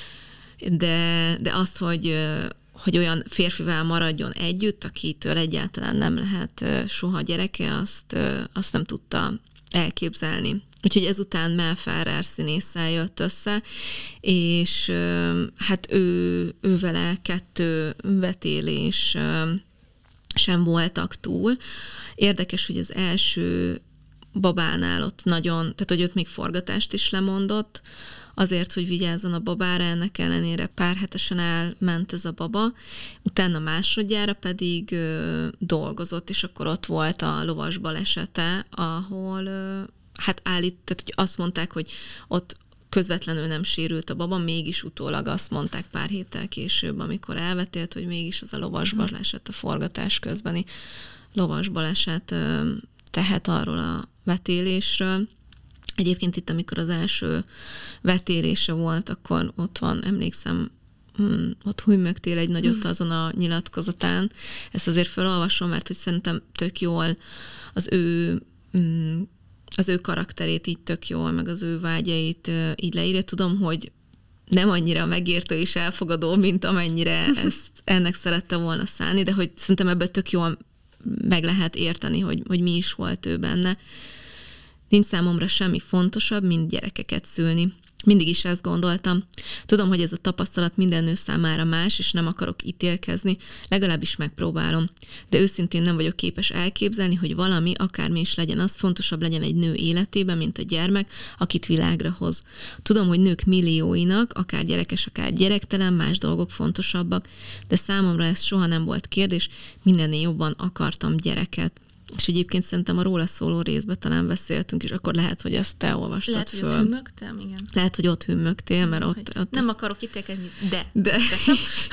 De azt, hogy olyan férfivel maradjon együtt, akitől egyáltalán nem lehet soha gyereke, azt nem tudta elképzelni. Úgyhogy ezután Mel Ferrer színésszel jött össze, és hát ő vele 2 vetélés sem voltak túl. Érdekes, hogy az első babánál ott nagyon, tehát hogy ott még forgatást is lemondott, azért, hogy vigyázzon a babára, ennek ellenére pár hetesen elment ez a baba, utána másodjára pedig dolgozott, és akkor ott volt a lovas balesete, ahol tehát hogy azt mondták, hogy ott közvetlenül nem sérült a baba, mégis utólag azt mondták pár héttel később, amikor elvetélt, hogy mégis az a lovas baleset, a forgatás közbeni lovas baleset tehet arról a vetélésről. Egyébként itt, amikor az első vetélése volt, akkor ott van, emlékszem, ott hümmögtél egy nagyot azon a nyilatkozatán. Ezt azért felolvasom, mert hogy szerintem tök jól az ő karakterét így tök jól, meg az ő vágyait így leírja. Tudom, hogy nem annyira megértő és elfogadó, mint amennyire ennek szerette volna szállni, de hogy szerintem ebből tök jól meg lehet érteni, hogy mi is volt ő benne. Nincs számomra semmi fontosabb, mint gyerekeket szülni. Mindig is ezt gondoltam. Tudom, hogy ez a tapasztalat minden nő számára más, és nem akarok ítélkezni, legalábbis megpróbálom. De őszintén nem vagyok képes elképzelni, hogy valami, akármi is legyen az, fontosabb legyen egy nő életében, mint a gyermek, akit világra hoz. Tudom, hogy nők millióinak, akár gyerekes, akár gyerektelen, más dolgok fontosabbak, de számomra ez soha nem volt kérdés, mindennél jobban akartam gyereket. És egyébként szerintem a róla szóló részben talán beszéltünk, és akkor lehet, hogy ezt te olvastad lehet, föl. Lehet, hogy ott hümmögtem, igen. Lehet, hogy ott hümmögtél, mert ott nem akarok ítélkezni, de. Teszem.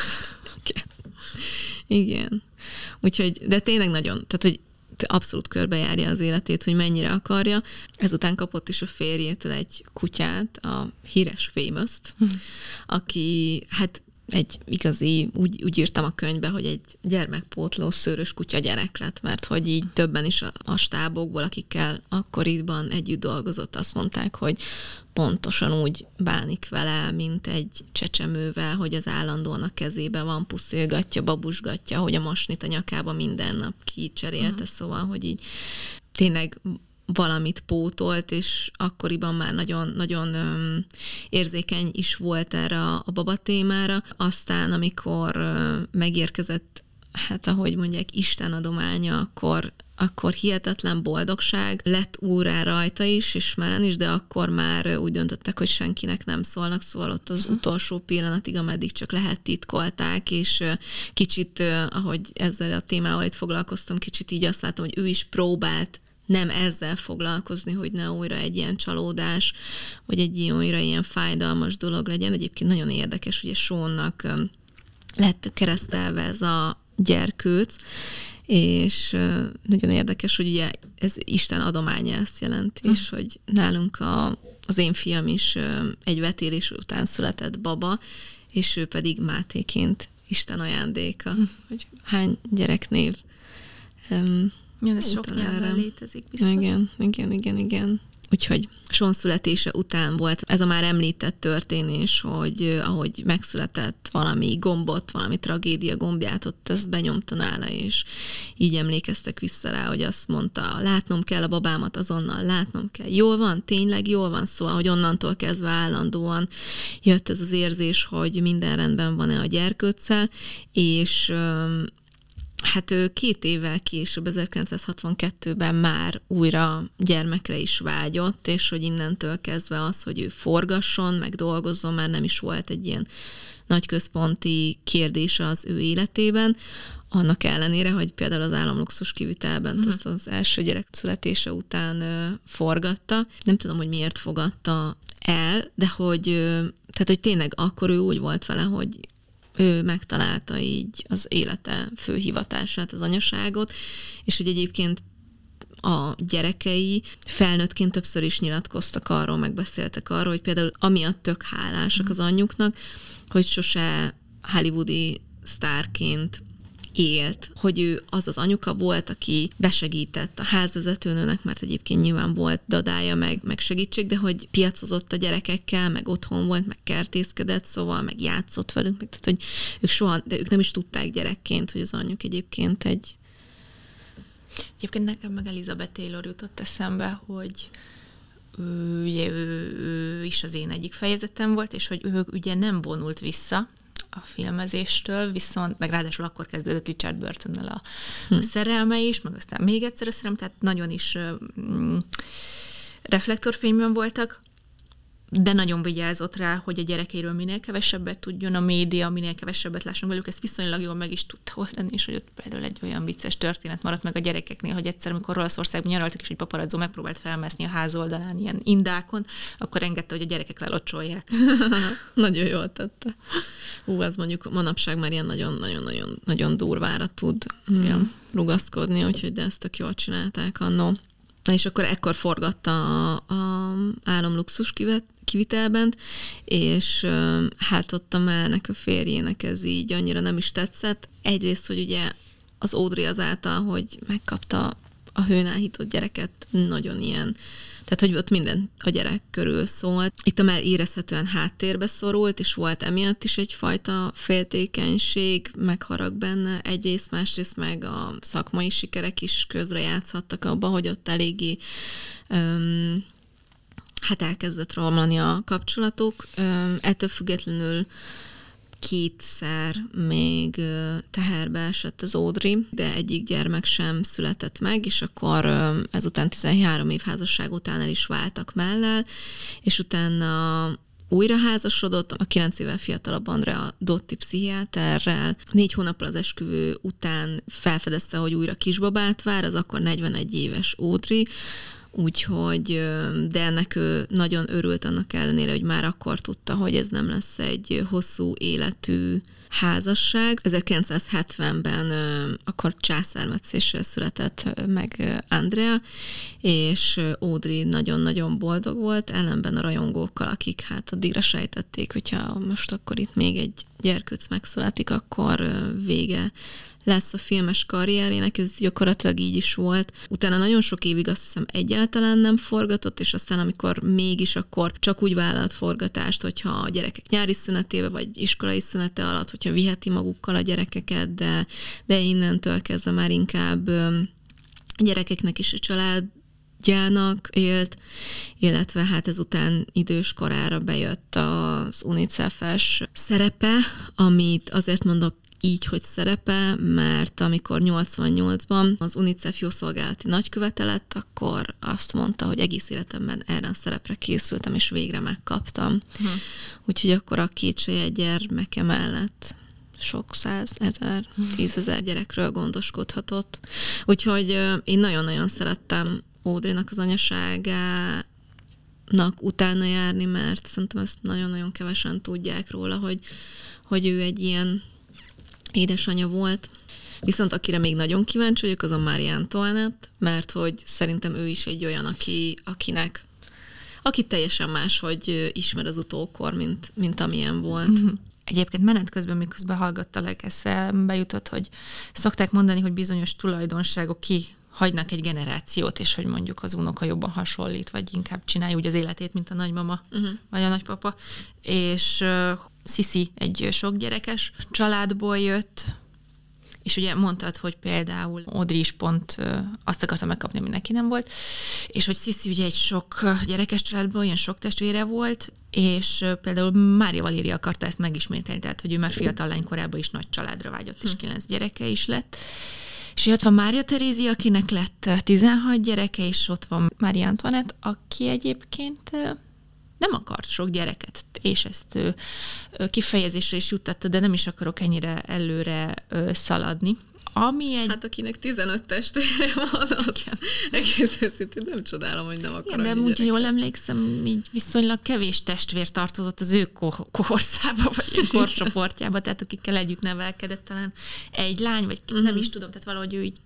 Igen. Úgyhogy, de tényleg nagyon, tehát, hogy abszolút körbejárja az életét, hogy mennyire akarja. Ezután kapott is a férjétől egy kutyát, a híres Famous-t, aki hát egy igazi, úgy írtam a könyvbe, hogy egy gyermekpótló szőrös kutya gyerek lett, mert hogy így többen is a stábokból, akikkel akkoriban együtt dolgozott, azt mondták, hogy pontosan úgy bánik vele, mint egy csecsemővel, hogy az állandóan a kezében van, puszilgatja, babusgatja, hogy a masnit a nyakába minden nap kicserélte, szóval, hogy így tényleg valamit pótolt, és akkoriban már nagyon érzékeny is volt erre a baba témára. Aztán, amikor megérkezett, hát ahogy mondják, Isten adománya, akkor hihetetlen boldogság lett úrrá rajta is, és mellen is, de akkor már úgy döntöttek, hogy senkinek nem szólnak, szóval ott az utolsó pillanatig, ameddig csak lehet, titkolták, és kicsit, ahogy ezzel a témával itt foglalkoztam, kicsit így azt látom, hogy ő is próbált nem ezzel foglalkozni, hogy ne újra egy ilyen csalódás, vagy egy újra ilyen fájdalmas dolog legyen. Egyébként nagyon érdekes, ugye Seannak lett keresztelve ez a gyerkőc, és nagyon érdekes, hogy ugye ez Isten adománya, ezt jelenti, és hogy nálunk az én fiam is egy vetélés után született baba, és ő pedig Mátéként Isten ajándéka, hogy hány gyereknév. Igen, ez sok nyelven létezik biztos. Igen. Úgyhogy Sean születése után volt ez a már említett történés, hogy ahogy megszületett valami gombot, valami tragédia gombját, ott ezt benyomta nála, és így emlékeztek vissza rá, hogy azt mondta, látnom kell a babámat azonnal, látnom kell. Jól van, tényleg jól van, szóval, hogy onnantól kezdve állandóan jött ez az érzés, hogy minden rendben van-e a gyerkőccel, és hát ő 2 évvel később, 1962-ben már újra gyermekre is vágyott, és hogy innentől kezdve az, hogy ő forgasson, meg dolgozzon, már nem is volt egy ilyen nagy központi kérdés az ő életében, annak ellenére, hogy például az államluxus kivitelben azt az első gyerek születése után forgatta. Nem tudom, hogy miért fogadta el, de hogy tényleg akkor ő úgy volt vele, hogy ő megtalálta így az élete fő hivatását, az anyaságot, és hogy egyébként a gyerekei felnőttként többször is nyilatkoztak arról, megbeszéltek arról, hogy például amiatt tök hálásak az anyjuknak, hogy sose hollywoodi sztárként élt, hogy ő az anyuka volt, aki besegített a házvezetőnőnek, mert egyébként nyilván volt dadája, meg segítség, de hogy piacozott a gyerekekkel, meg otthon volt, meg kertészkedett, szóval meg játszott velünk, tehát hogy ők soha, de ők nem is tudták gyerekként, hogy az anyjuk egyébként egy... Egyébként nekem meg Elizabeth Taylor jutott eszembe, hogy ő is az én egyik fejezetem volt, és hogy ő ugye nem vonult vissza a filmezéstől, viszont, meg ráadásul akkor kezdődött Richard Burtonnal a szerelme is, meg aztán még egyszer a szerelme, tehát nagyon is reflektorfényben voltak, de nagyon vigyázott rá, hogy a gyerekeiről minél kevesebbet tudjon a média, minél kevesebbet lásson velük, ezt viszonylag jól meg is tudta oldani, és hogy ott például egy olyan vicces történet maradt meg a gyerekeknél, hogy egyszer, amikor Olaszországban nyaraltak, és egy paparazzó megpróbált felmászni a ház oldalán ilyen indákon, akkor engedte, hogy a gyerekek lelocsolják. Nagyon jól tette. Az mondjuk manapság már ilyen nagyon durvára tud rugaszkodni, úgyhogy de ezt tök jól csinálták annó. Na és akkor ekkor forgatta a államluxus kivitelben, és hát ott a Melnek, a férjének ez így annyira nem is tetszett. Egyrészt, hogy ugye az Audrey azáltal, hogy megkapta a hőn áhított gyereket, nagyon ilyen, tehát hogy ott minden a gyerek körül szólt. Itt a Mel érezhetően háttérbe szorult, és volt emiatt is egyfajta féltékenység, megharag benne egyrészt, másrészt meg a szakmai sikerek is közrejátszhattak abba, hogy ott eléggé hát elkezdett romlani a kapcsolatuk. Ettől függetlenül 2-szer még teherbe esett az Audrey, de egyik gyermek sem született meg, és akkor ezután 13 év házasság után el is váltak mellel, és utána újra házasodott, a 9 évvel fiatalabb Andrea Dotti pszichiáterrel. 4 hónappal az esküvő után felfedezte, hogy újra kisbabát vár, az akkor 41 éves Audrey, úgyhogy, de ennek ő nagyon örült annak ellenére, hogy már akkor tudta, hogy ez nem lesz egy hosszú életű házasság. 1970-ben akkor császármetszéssel született meg Andrea, és Audrey nagyon-nagyon boldog volt, ellenben a rajongókkal, akik hát addigra sejtették, hogyha most akkor itt még egy gyerkőc megszületik, akkor vége lesz a filmes karrierének, ez gyakorlatilag így is volt. Utána nagyon sok évig azt hiszem egyáltalán nem forgatott, és aztán amikor mégis, akkor csak úgy vállalt forgatást, hogyha a gyerekek nyári szünetébe, vagy iskolai szünete alatt, hogyha viheti magukkal a gyerekeket, de innentől kezdve már inkább a gyerekeknek is a családjának élt, illetve hát ezután idős korára bejött az UNICEF-es szerepe, amit azért mondok így, hogy szerepe, mert amikor 88-ban az UNICEF jószolgálati nagykövete lett, akkor azt mondta, hogy egész életemben erre a szerepre készültem, és végre megkaptam. Úgyhogy akkor a 2 saját gyermeke mellett sok 100,000, 10,000 gyerekről gondoskodhatott. Úgyhogy én nagyon-nagyon szerettem Audreynak az anyaságának utána járni, mert szerintem ezt nagyon-nagyon kevesen tudják róla, hogy ő egy ilyen édesanyja volt. Viszont akire még nagyon kíváncsi vagyok, az a Marie Antoinette, mert hogy szerintem ő is egy olyan, aki teljesen más, hogy ismer az utókor, mint amilyen volt. Egyébként menet közben, miközben hallgattalak, eszembe jutott, hogy szokták mondani, hogy bizonyos tulajdonságok hagynak egy generációt, és hogy mondjuk az unoka jobban hasonlít, vagy inkább csinálja úgy az életét, mint a nagymama, vagy a nagypapa. És Sissi egy sok gyerekes családból jött, és ugye mondtad, hogy például Audrey is pont azt akarta megkapni, ami neki nem volt, és hogy Sissi ugye egy sok gyerekes családból, ilyen sok testvére volt, és például Mária Valéria akarta ezt megismételni, tehát hogy ő már fiatal lánykorában is nagy családra vágyott, és 9 gyereke is lett. És ott van Mária Terézia, akinek lett 16 gyereke, és ott van Marie Antoinette, aki egyébként nem akart sok gyereket, és ezt kifejezésre is juttatta, de nem is akarok ennyire előre szaladni. Hát akinek 15 testvére van, az egész őszintén nem csodálom, hogy nem akar. Igen, de úgy, ha jól emlékszem, így viszonylag kevés testvér tartozott az ő kohorszába, vagy a korcsoportjába, tehát akikkel együtt nevelkedett, talán egy lány, vagy nem is tudom, tehát valahogy ő így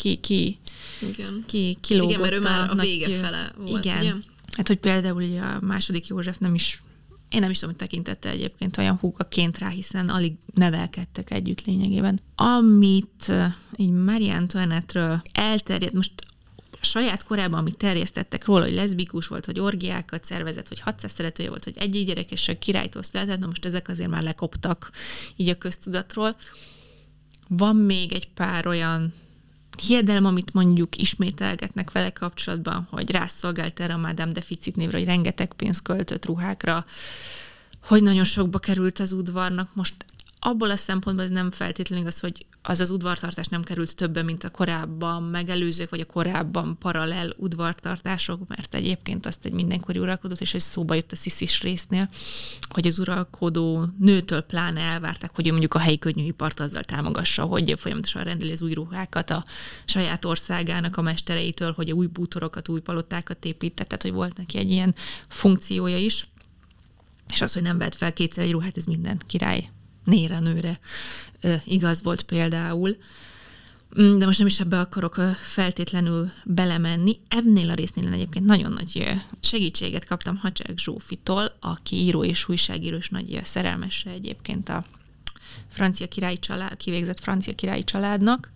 kilógott. Igen, mert ő már a vége fele volt, igen. Ugye? Hát, hogy például ugye a második József én nem is tudom, hogy tekintette egyébként olyan húgaként rá, hiszen alig nevelkedtek együtt lényegében. Amit így Marie Antoinette-ről elterjedt, most a saját korában, amit terjesztettek róla, hogy leszbikus volt, hogy orgiákat szervezett, hogy 600 szeretője volt, hogy egy gyerekes királytól született, na most ezek azért már lekoptak így a köztudatról. Van még egy pár olyan hiedelem, amit mondjuk ismételgetnek vele kapcsolatban, hogy rászolgált erre a Madame Deficit névre, hogy rengeteg pénzt költött ruhákra, hogy nagyon sokba került az udvarnak. Most abból a szempontból ez nem feltétlenül igaz, hogy az udvartartás nem került többe, mint a korábban megelőzők, vagy a korábban paralel udvartartások, mert egyébként azt egy mindenkori uralkodót, és ez szóba jött a Sissis résznél, hogy az uralkodó nőtől pláne elvárták, hogy ő mondjuk a helyi könnyűipart azzal támogassa, hogy folyamatosan rendeli az új ruhákat a saját országának a mestereitől, hogy új bútorokat, új palotákat épített, tehát hogy volt neki egy ilyen funkciója is. És az, hogy nem vett fel kétszer egy ruhát, ez minden király nőre igaz volt például. De most nem is ebbe akarok feltétlenül belemenni. Ebnél a résznél egyébként nagyon nagy segítséget kaptam Hacsák Zsófitól, aki író és újságíró, és nagy szerelmese egyébként a francia királyi család, kivégzett francia királyi családnak,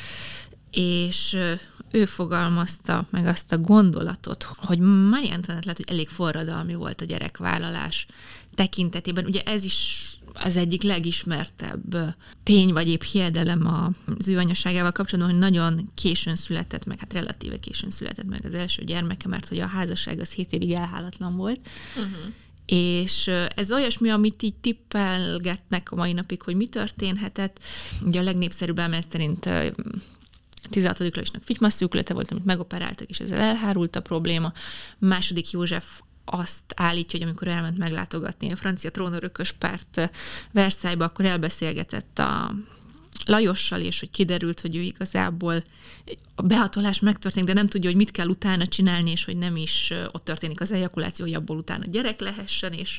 és ő fogalmazta meg azt a gondolatot, hogy Marie Antoinette lehet, hogy elég forradalmi volt a gyerekvállalás tekintetében. Ugye ez is az egyik legismertebb tény, vagy épp hiedelem az ő anyaságával kapcsolatban, hogy nagyon későn született meg, hát relatíve későn született meg az első gyermeke, mert hogy a házasság az 7 évig elhálatlan volt. És ez olyasmi, amit így tippelgetnek a mai napig, hogy mi történhetett. Ugye a legnépszerűbb elmélet szerint 16. Lajosnak figymasszűkülete volt, amit megoperáltak, és ezzel elhárult a probléma. Második József azt állítja, hogy amikor elment meglátogatni a francia trónörökös párt Versailles-ba, akkor elbeszélgetett a Lajossal, és hogy kiderült, hogy ő igazából a behatolás megtörténik, de nem tudja, hogy mit kell utána csinálni, és hogy nem is ott történik az ejakuláció, hogy abból utána gyerek lehessen, és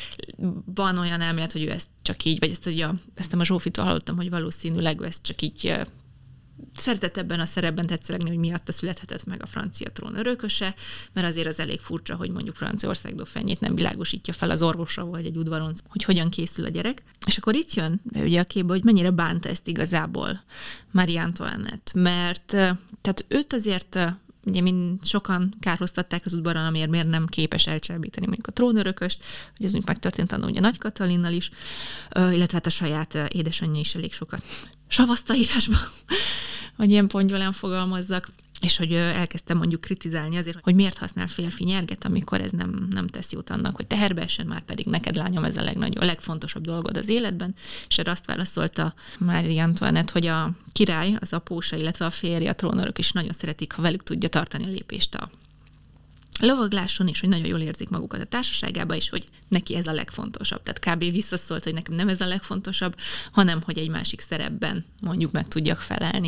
van olyan elmélet, hogy ő ezt csak így, vagy ezt a Zsófitól hallottam, hogy valószínűleg ő ezt csak így szeretett ebben a szerepben tetszelegni, hogy miatta születhetett meg a francia trón örököse, mert azért az elég furcsa, hogy mondjuk Franciaország dauphinjét nem világosítja fel az orvosra, vagy egy udvaron, hogy hogyan készül a gyerek. És akkor itt jön ugye a képbe, hogy mennyire bánta ezt igazából Marie Antoinette, mert tehát őt azért ugye sokan kárhoztatták az udvaron, amiért miért nem képes elcsábítani mondjuk a trónörököst, hogy ez mondjuk megtörtént annól ugye Nagy Katalinnal is, illetve hát a saját édesanyja is elég sokat savaszta írásban, hogy ilyen pongyolán fogalmazzak, és hogy elkezdtem mondjuk kritizálni azért, hogy miért használ férfi nyerget, amikor ez nem tesz jót annak, hogy teherbe essen, már pedig neked, lányom, ez a legfontosabb dolgod az életben, és erre azt válaszolta Marie Antoinette, hogy a király, az apósa, illetve a férje, a trónörök is nagyon szeretik, ha velük tudja tartani a lépést a lovagláson, és hogy nagyon jól érzik magukat a társaságában, és hogy neki ez a legfontosabb. Tehát kb. Visszaszólt, hogy nekem nem ez a legfontosabb, hanem hogy egy másik szerepben mondjuk meg tudjak felelni.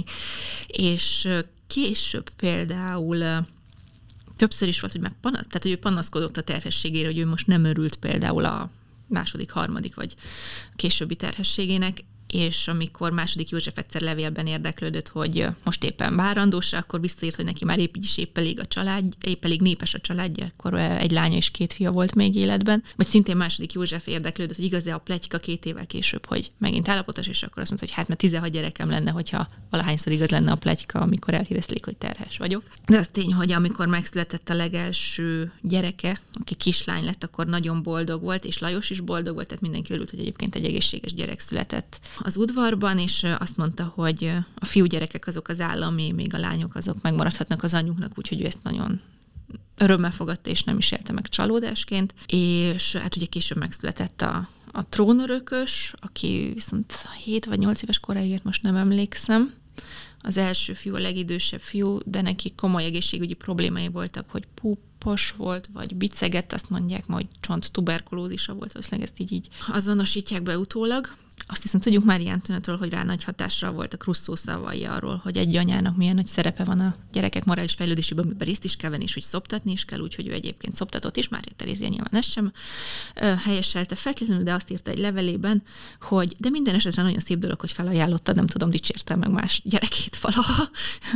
És később például többször is volt, hogy tehát hogy ő panaszkodott a terhességére, hogy ő most nem örült például a második, harmadik vagy későbbi terhességének, és amikor második József egyszer levélben érdeklődött, hogy most éppen várandósa, akkor visszaírt, hogy neki már épp elég népes a családja, akkor egy lánya és 2 fia volt még életben. Vagy szintén második József érdeklődött, hogy igaz-e a pletyka 2 évvel később, hogy megint állapotos, és akkor azt mondta, hogy hát mert 16 gyerekem lenne, hogyha valahányszor igaz lenne a pletyka, amikor elhírezték, hogy terhes vagyok. De az tény, hogy amikor megszületett a legelső gyereke, aki kislány lett, akkor nagyon boldog volt, és Lajos is boldog volt, tehát mindenki örült, hogy egyébként egy egészséges gyerek született az udvarban, és azt mondta, hogy a fiúgyerekek azok az állami, még a lányok azok megmaradhatnak az anyjuknak, úgyhogy ő ezt nagyon örömmel fogadta, és nem is élte meg csalódásként. És hát ugye később megszületett a trónörökös, aki viszont 7 vagy 8 éves koráig, most nem emlékszem. Az első fiú, a legidősebb fiú, de neki komoly egészségügyi problémái voltak, hogy púpos volt, vagy bicegett, azt mondják, hogy csonttuberkulózisa volt, valószínűleg ezt így azonosítják be utólag. Azt hiszem, tudjuk Marie Antoinette-ról, hogy rá nagy hatással voltak Rousseau szavai arról, hogy egy anyának milyen nagy szerepe van a gyerekek morális fejlődésében, amiben részt is kell venni, és hogy szoptatni is kell, úgyhogy ő egyébként szoptatott is. Mária Terézia nyilván ezt sem helyeselte feltétlenül, de azt írta egy levelében, hogy de minden esetre nagyon szép dolog, hogy felajánlotta, nem tudom, dicsérte meg más gyerekét valaha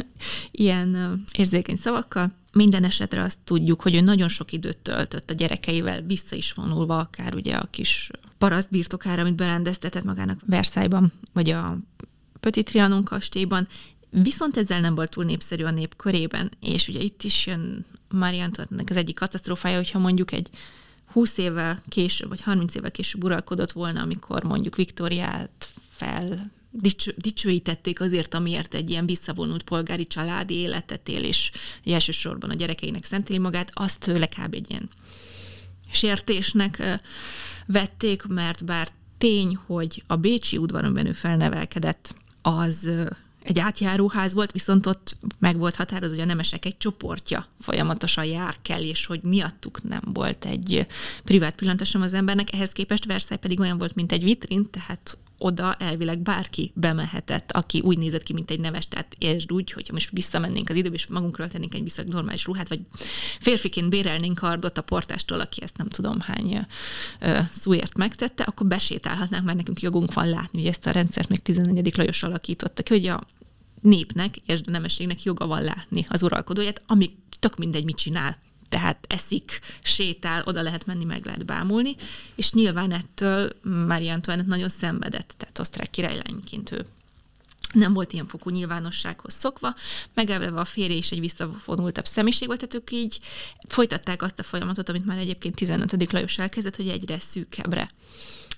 ilyen érzékeny szavakkal. Minden esetre azt tudjuk, hogy ő nagyon sok időt töltött a gyerekeivel, vissza is vonulva, akár ugye a kis paraszt birtokára, amit berendeztetett magának Versailles-ban, vagy a Petit Trianon kastélyban, viszont ezzel nem volt túl népszerű a nép körében, és ugye itt is jön Marie Antoinette-nek az egyik katasztrófája, hogyha mondjuk egy 20 évvel később, vagy 30 évvel később uralkodott volna, amikor mondjuk Viktóriát dicsőítették azért, amiért egy ilyen visszavonult polgári családi életet él, és elsősorban a gyerekeinek szenteli magát, azt tőle kb. Egy ilyen sértésnek vették, mert bár tény, hogy a bécsi udvaron ő felnevelkedett, az egy átjáróház volt, viszont ott meg volt határozva, hogy a nemesek egy csoportja folyamatosan jár kell, és hogy miattuk nem volt egy privát pillanata sem az embernek, ehhez képest Versailles pedig olyan volt, mint egy vitrin, tehát oda elvileg bárki bemehetett, aki úgy nézett ki, mint egy neves, tehát értsd úgy, hogyha most visszamennénk az időbe, és magunkról tennénk egy viszonylag normális ruhát, vagy férfiként bérelnénk kardot a portástól, aki ezt nem tudom hány szóért megtette, akkor besétálhatnánk, mert nekünk jogunk van látni, hogy ezt a rendszert még 14. Lajos alakította ki, hogy a népnek, és a nemességnek joga van látni az uralkodóját, ami tök mindegy, mit csinál. Tehát eszik, sétál, oda lehet menni, meg lehet bámulni, és nyilván ettől Marie Antoinette nagyon szenvedett, tehát osztrák királylányként ő nem volt ilyen fokú nyilvánossághoz szokva, megelve a férje is egy visszavonultabb személyiség volt, tehát ők így folytatták azt a folyamatot, amit már egyébként 15. Lajos elkezdett, hogy egyre szűkebbre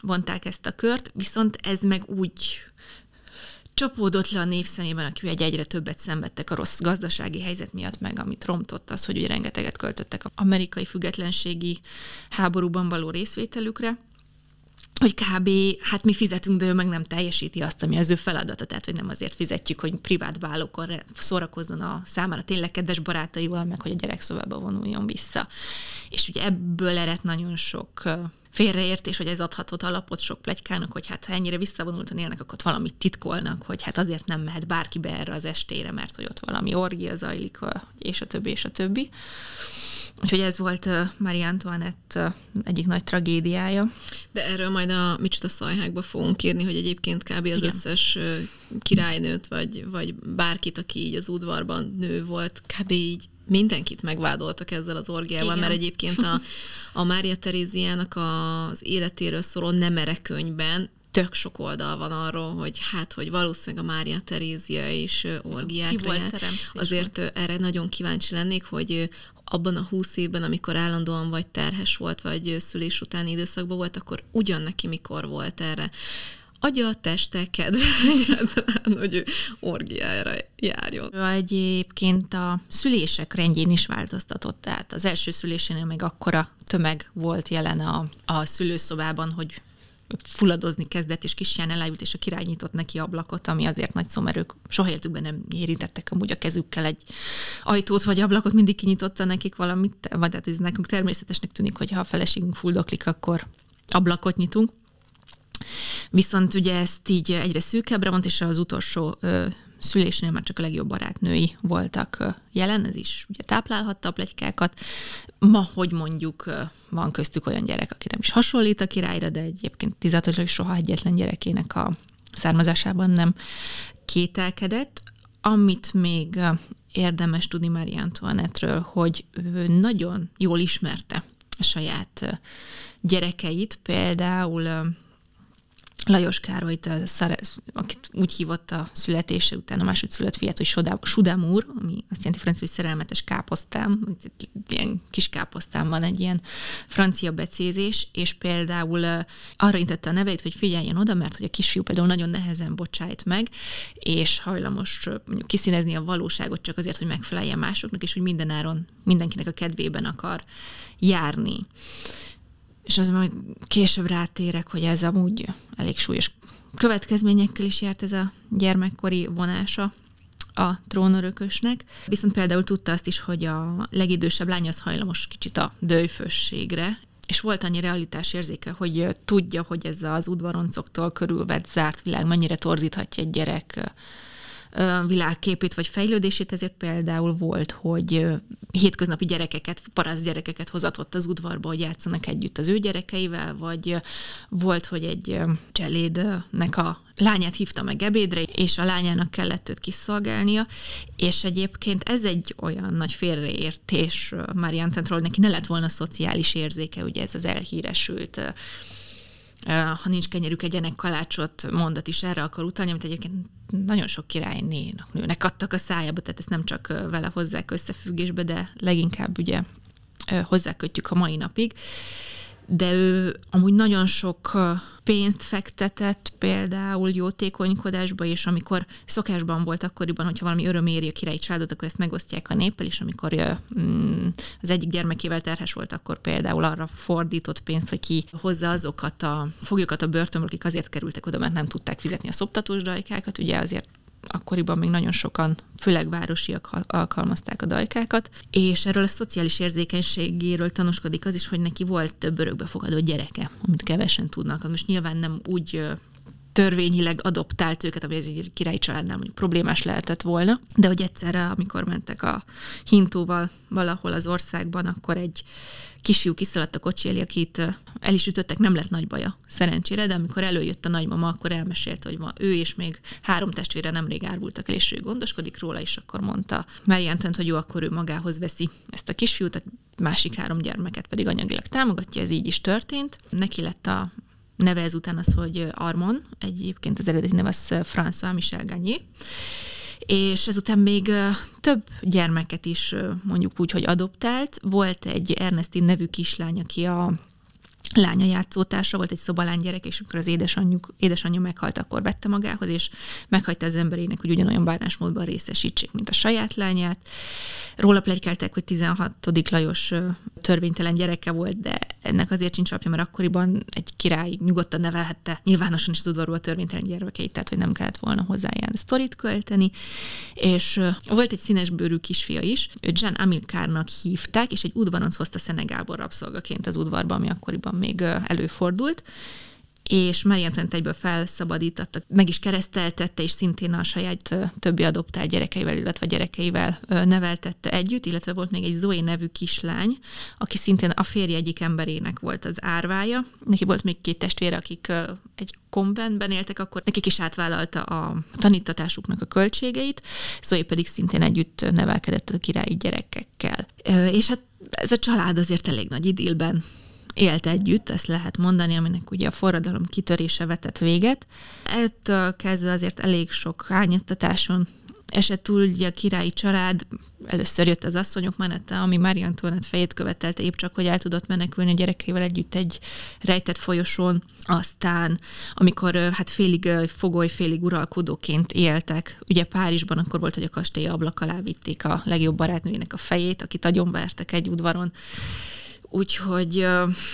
vonták ezt a kört, viszont ez meg úgy csapódott le a név szemében, aki egy egyre többet szenvedtek a rossz gazdasági helyzet miatt, meg amit romtott az, hogy ugye rengeteget költöttek az amerikai függetlenségi háborúban való részvételükre, hogy kb. Hát mi fizetünk, de ő meg nem teljesíti azt, ami az ő feladata, tehát hogy nem azért fizetjük, hogy privát bálokon szórakozzon a számára tényleg kedves barátaival, meg hogy a gyerekszobába vonuljon vissza. És ugye ebből eredt nagyon sok félreértés, hogy ez adhatott alapot sok pletykának, hogy hát ha ennyire visszavonultan élnek, akkor ott valamit titkolnak, hogy hát azért nem mehet bárki be erre az estére, mert hogy ott valami orgia zajlik, és a többi, és a többi. Úgyhogy ez volt Marie Antoinette egyik nagy tragédiája. De erről majd a Micsoda szajhákba fogunk írni, hogy egyébként kb. Az összes királynőt, vagy bárkit, aki így az udvarban nő volt, kb. Így mindenkit megvádoltak ezzel az orgiával, igen. Mert egyébként a Mária Teréziának az életéről szóló Nemere könyvben tök sok oldal van arról, hogy hát, hogy valószínűleg a Mária Terézia is orgiákra járt. Azért erre nagyon kíváncsi lennék, hogy abban a 20 évben, amikor állandóan vagy terhes volt, vagy szülés utáni időszakban volt, akkor ugyan neki mikor volt erre agya, teste, kedve, hogy ő orgiára járjon. Ő egyébként a szülések rendjén is változtatott, tehát az első szülésénél meg akkora tömeg volt jelen a szülőszobában, hogy fulladozni kezdett, és kisján elájult, és a király nyitott neki ablakot, ami azért nagy szó, mert ők soha életükben nem érintettek amúgy a kezükkel egy ajtót vagy ablakot, mindig kinyitotta nekik valamit, vagy tehát ez nekünk természetesnek tűnik, hogy ha a feleségünk fuldoklik, akkor ablakot nyitunk. Viszont ugye ezt így egyre szűkebbre vont, és az utolsó szülésnél már csak a legjobb barátnői voltak jelen, ez is ugye táplálhatta a pletykákat. Ma, hogy mondjuk van köztük olyan gyerek, aki nem is hasonlít a királyra, de egyébként tizatosra soha egyetlen gyerekének a származásában nem kételkedett. Amit még érdemes tudni Marie Antoinette-ről, hogy ő nagyon jól ismerte a saját gyerekeit, például Lajos Károlyt, akit úgy hívott a születése után a másodszülött fiát, hogy Sudamúr, ami azt jelenti francia, hogy szerelmetes káposztám, ilyen kis káposztám van, egy ilyen francia becézés, és például arra intette a neveit, hogy figyeljen oda, mert hogy a kisfiú például nagyon nehezen bocsájt meg, és hajlamos mondjuk kiszínezni a valóságot csak azért, hogy megfeleljen másoknak, és hogy mindenáron mindenkinek a kedvében akar járni. És az majd később rátérek, hogy ez amúgy elég súlyos következményekkel is járt ez a gyermekkori vonása a trónörökösnek. Viszont például tudta azt is, hogy a legidősebb lány az hajlamos kicsit a döjfösségre, és volt annyi realitás érzéke, hogy tudja, hogy ez az udvaroncoktól körülvett zárt világ mennyire torzíthatja egy gyerek világképét vagy fejlődését, ezért például volt, hogy hétköznapi gyerekeket, paraszt gyerekeket hozatott az udvarba, hogy játszanak együtt az ő gyerekeivel, vagy volt, hogy egy cselédnek a lányát hívta meg ebédre, és a lányának kellett őt kiszolgálnia, és egyébként ez egy olyan nagy félreértés Marie Antoinette-ról, neki ne lett volna szociális érzéke, ugye ez az elhíresült ha nincs kenyerük, egyenek kalácsot mondat is erre akar utalni, amit egyébként nagyon sok királynénak, nőnek adtak a szájába, tehát ezt nem csak vele hozzák összefüggésbe, de leginkább ugye hozzákötjük a mai napig. De ő amúgy nagyon sok pénzt fektetett például jótékonykodásba, és amikor szokásban volt akkoriban, hogyha valami öröm éri a királyi családot, akkor ezt megosztják a néppel, és amikor az egyik gyermekével terhes volt, akkor például arra fordított pénzt, hogy ki hozza azokat a foglyokat a börtönből, akik azért kerültek oda, mert nem tudták fizetni a szoptatós dajkákat, ugye azért akkoriban még nagyon sokan, főleg városiak alkalmazták a dajkákat, és erről a szociális érzékenységéről tanúskodik az is, hogy neki volt több örökbefogadó gyereke, amit kevesen tudnak. Most nyilván nem úgy törvényileg adoptált őket, ami ez egy királyi családnál mondjuk problémás lehetett volna, de hogy egyszerre, amikor mentek a hintóval valahol az országban, akkor egy kisfiú kiszaladt a kocsi elé, akit el is ütöttek, nem lett nagy baja, szerencsére, de amikor előjött a nagymama, akkor elmesélte, hogy ő és még 3 testvére nemrég árvultak el, és ő gondoskodik róla, és akkor mondta Marie Antoinette, hogy jó, akkor ő magához veszi ezt a kisfiút, a másik 3 gyermeket pedig anyagilag támogatja, ez így is történt. Neki lett a neve ezután az, hogy Armand, egyébként az eredeti neve az François Michel Gagné, és ezután még több gyermeket is mondjuk úgy, hogy adoptált. Volt egy Ernestine nevű kislány, aki a lánya játszótársa volt, egy szobalány gyerek, és amikor az édesanyja meghalt, akkor vette magához, és meghagyta az emberének, hogy ugyanolyan bánásmódban részesítsék, mint a saját lányát. Róla pletykálták, hogy 16. Lajos törvénytelen gyereke volt, de ennek azért sincs alapja, mert akkoriban egy király nyugodtan nevelhette nyilvánosan is az udvarról a törvénytelen gyermekeit, tehát hogy nem kellett volna hozzá ilyen sztorit költeni. És volt egy színesbőrű kisfia is, őt Jean Amilcárnak hívták, és egy udvaron hozta Szenegálból rabszolgaként az udvarba, ami akkoriban még előfordult, és Marie Antoinette egyből felszabadította, meg is kereszteltette, és szintén a saját többi adoptált gyerekeivel, illetve gyerekeivel neveltette együtt, illetve volt még egy Zoe nevű kislány, aki szintén a férje egyik emberének volt az árvája. Neki volt még 2 testvére, akik egy konventben éltek, akkor nekik is átvállalta a tanítatásuknak a költségeit, Zoe pedig szintén együtt nevelkedett a királyi gyerekekkel. És hát ez a család azért elég nagy idillben élt együtt, ezt lehet mondani, aminek ugye a forradalom kitörése vetett véget. Ettől kezdve azért elég sok ányattatáson esett túl, ugye a királyi család, először jött az asszonyok menete, ami Marie Antoinette fejét követelte, épp csak, hogy el tudott menekülni a gyerekeivel együtt egy rejtett folyosón. Aztán, amikor hát félig fogoly, félig uralkodóként éltek, ugye Párizsban akkor volt, hogy a kastély ablak alá vitték a legjobb barátnőjének a fejét, akit agyonvertek egy udvaron. Úgyhogy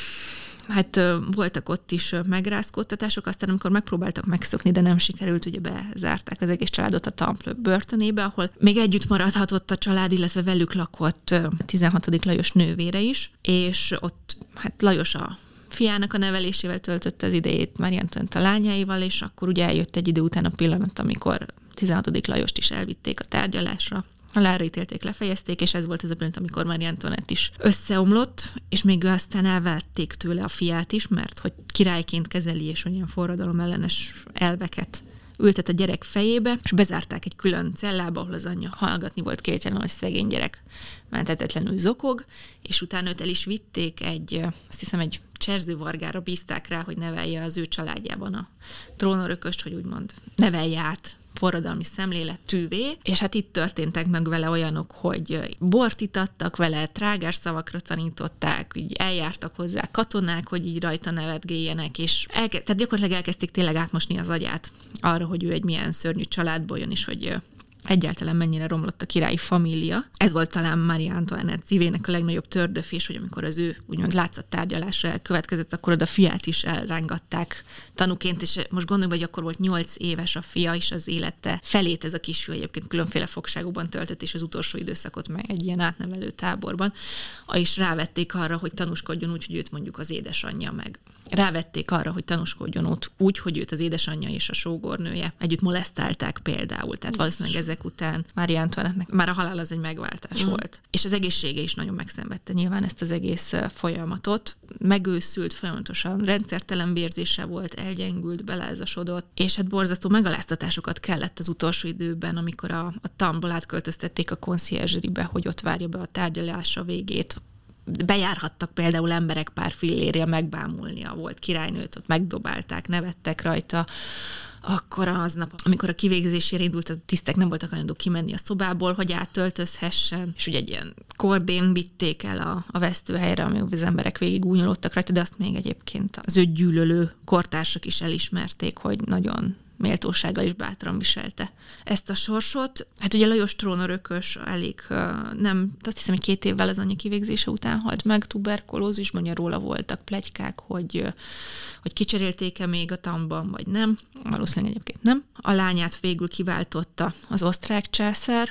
hát voltak ott is megrázkódtatások, aztán amikor megpróbáltak megszokni, de nem sikerült, ugye bezárták az egész családot a Temple börtönébe, ahol még együtt maradhatott a család, illetve velük lakott 16. Lajos nővére is, és ott hát Lajos a fiának a nevelésével töltötte az idejét, Marie Antoinette a lányaival, és akkor ugye eljött egy idő után a pillanat, amikor 16. Lajost is elvitték a tárgyalásra. Halálra ítélték, lefejezték, és ez volt ez a pillanat, amikor Marie Antoinette is összeomlott, és még aztán elvették tőle a fiát is, mert hogy királyként kezeli, és olyan forradalom ellenes elveket ültet a gyerek fejébe, és bezárták egy külön cellába, ahol az anyja hallgatni volt kénytelen, hogy szegény gyerek menthetetlenül zokog, és utána őt el is vitték azt hiszem egy cserzővargára bízták rá, hogy nevelje az ő családjában a trónörököst, hogy úgymond nevelje át forradalmi szemléletűvé, és hát itt történtek meg vele olyanok, hogy bort itattak vele, trágás szavakra tanították, így eljártak hozzá katonák, hogy így rajta nevetgéljenek, és tehát gyakorlatilag elkezdték tényleg átmosni az agyát arra, hogy ő egy milyen szörnyű családból jön, és hogy egyáltalán mennyire romlott a királyi família. Ez volt talán Marie Antoinette szívének a legnagyobb tördöfés, hogy amikor az ő úgymond látszatttárgyalása elkövetkezett, akkor oda a fiát is elrángatták tanúként, és most gondolom, hogy akkor volt 8 éves a fia, és az élete felét ez a kisfiú egyébként különféle fogságokban töltött, és az utolsó időszakot meg egy ilyen átnevelő táborban, és rávették arra, hogy tanúskodjon úgy, hogy őt mondjuk az édesanyja meg. Rávették arra, hogy tanúskodjon úgy, hogy őt az édesanyja és a sógornője együtt molesztálták például. Tehát valószínűleg ezek után Marie Antoinette-nek már a halál az egy megváltás volt. És az egészsége is nagyon megszenvedte nyilván ezt az egész folyamatot. Megőszült, folyamatosan rendszertelen vérzése volt, elgyengült, belázasodott, és hát borzasztó megaláztatásokat kellett az utolsó időben, amikor a Temple átköltöztették a conciergerie-be, hogy ott várja be a tárgyalása végét. Bejárhattak például emberek pár fillérje megbámulni a volt királynőt, ott megdobálták, nevettek rajta. Akkor aznap, amikor a kivégzésére indult, a tisztek nem voltak hajlandók kimenni a szobából, hogy áttöltözhessen, és ugye egy ilyen kordén vitték el a vesztőhelyre, amíg az emberek végig gúnyolódtak rajta, de azt még egyébként az őt gyűlölő kortársak is elismerték, hogy nagyon méltósággal is bátran viselte ezt a sorsot. Hát ugye Lajos trónörökös elég nem, azt hiszem, hogy 2 évvel az anyja kivégzése után halt meg tuberkulózisban, ugye róla voltak pletykák, hogy kicserélték-e még a Tamban, vagy nem. Valószínűleg egyébként nem. A lányát végül kiváltotta az osztrák császár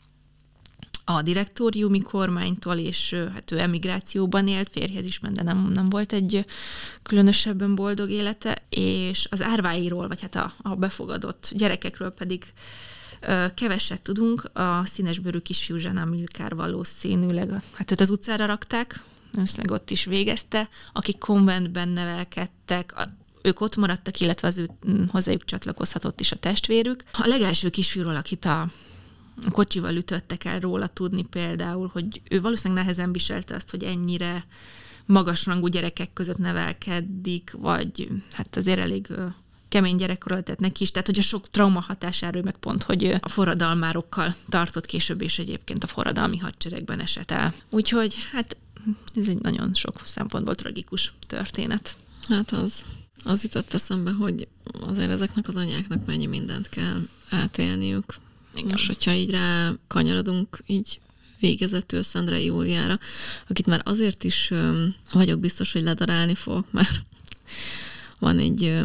a direktóriumi kormánytól, és hát ő emigrációban élt, férjhez is ment, de nem volt egy különösebben boldog élete, és az árváiról, vagy hát a befogadott gyerekekről pedig keveset tudunk. A színesbőrű kisfiú Jean Amilcar valószínűleg, hát őt az utcára rakták, őszleg ott is végezte, akik konventben nevelkedtek, ők ott maradtak, illetve az ő hozzájuk csatlakozhatott is a testvérük. A legelső kisfiúról, akit a kocsival ütöttek el róla tudni például, hogy ő valószínűleg nehezen viselte azt, hogy ennyire magasrangú gyerekek között nevelkedik, vagy hát azért elég kemény gyerekkorral tett neki is, tehát hogy a sok trauma hatásáról meg pont, hogy a forradalmárokkal tartott később, és egyébként a forradalmi hadseregben esett el. Úgyhogy hát ez egy nagyon sok szempontból tragikus történet. Hát az jutott eszembe, hogy azért ezeknek az anyáknak mennyi mindent kell átélniük. Igen. Most, hogyha így rá kanyarodunk így végezetül Szendrei Júliára, akit már azért is vagyok biztos, hogy ledarálni fogok, mert van egy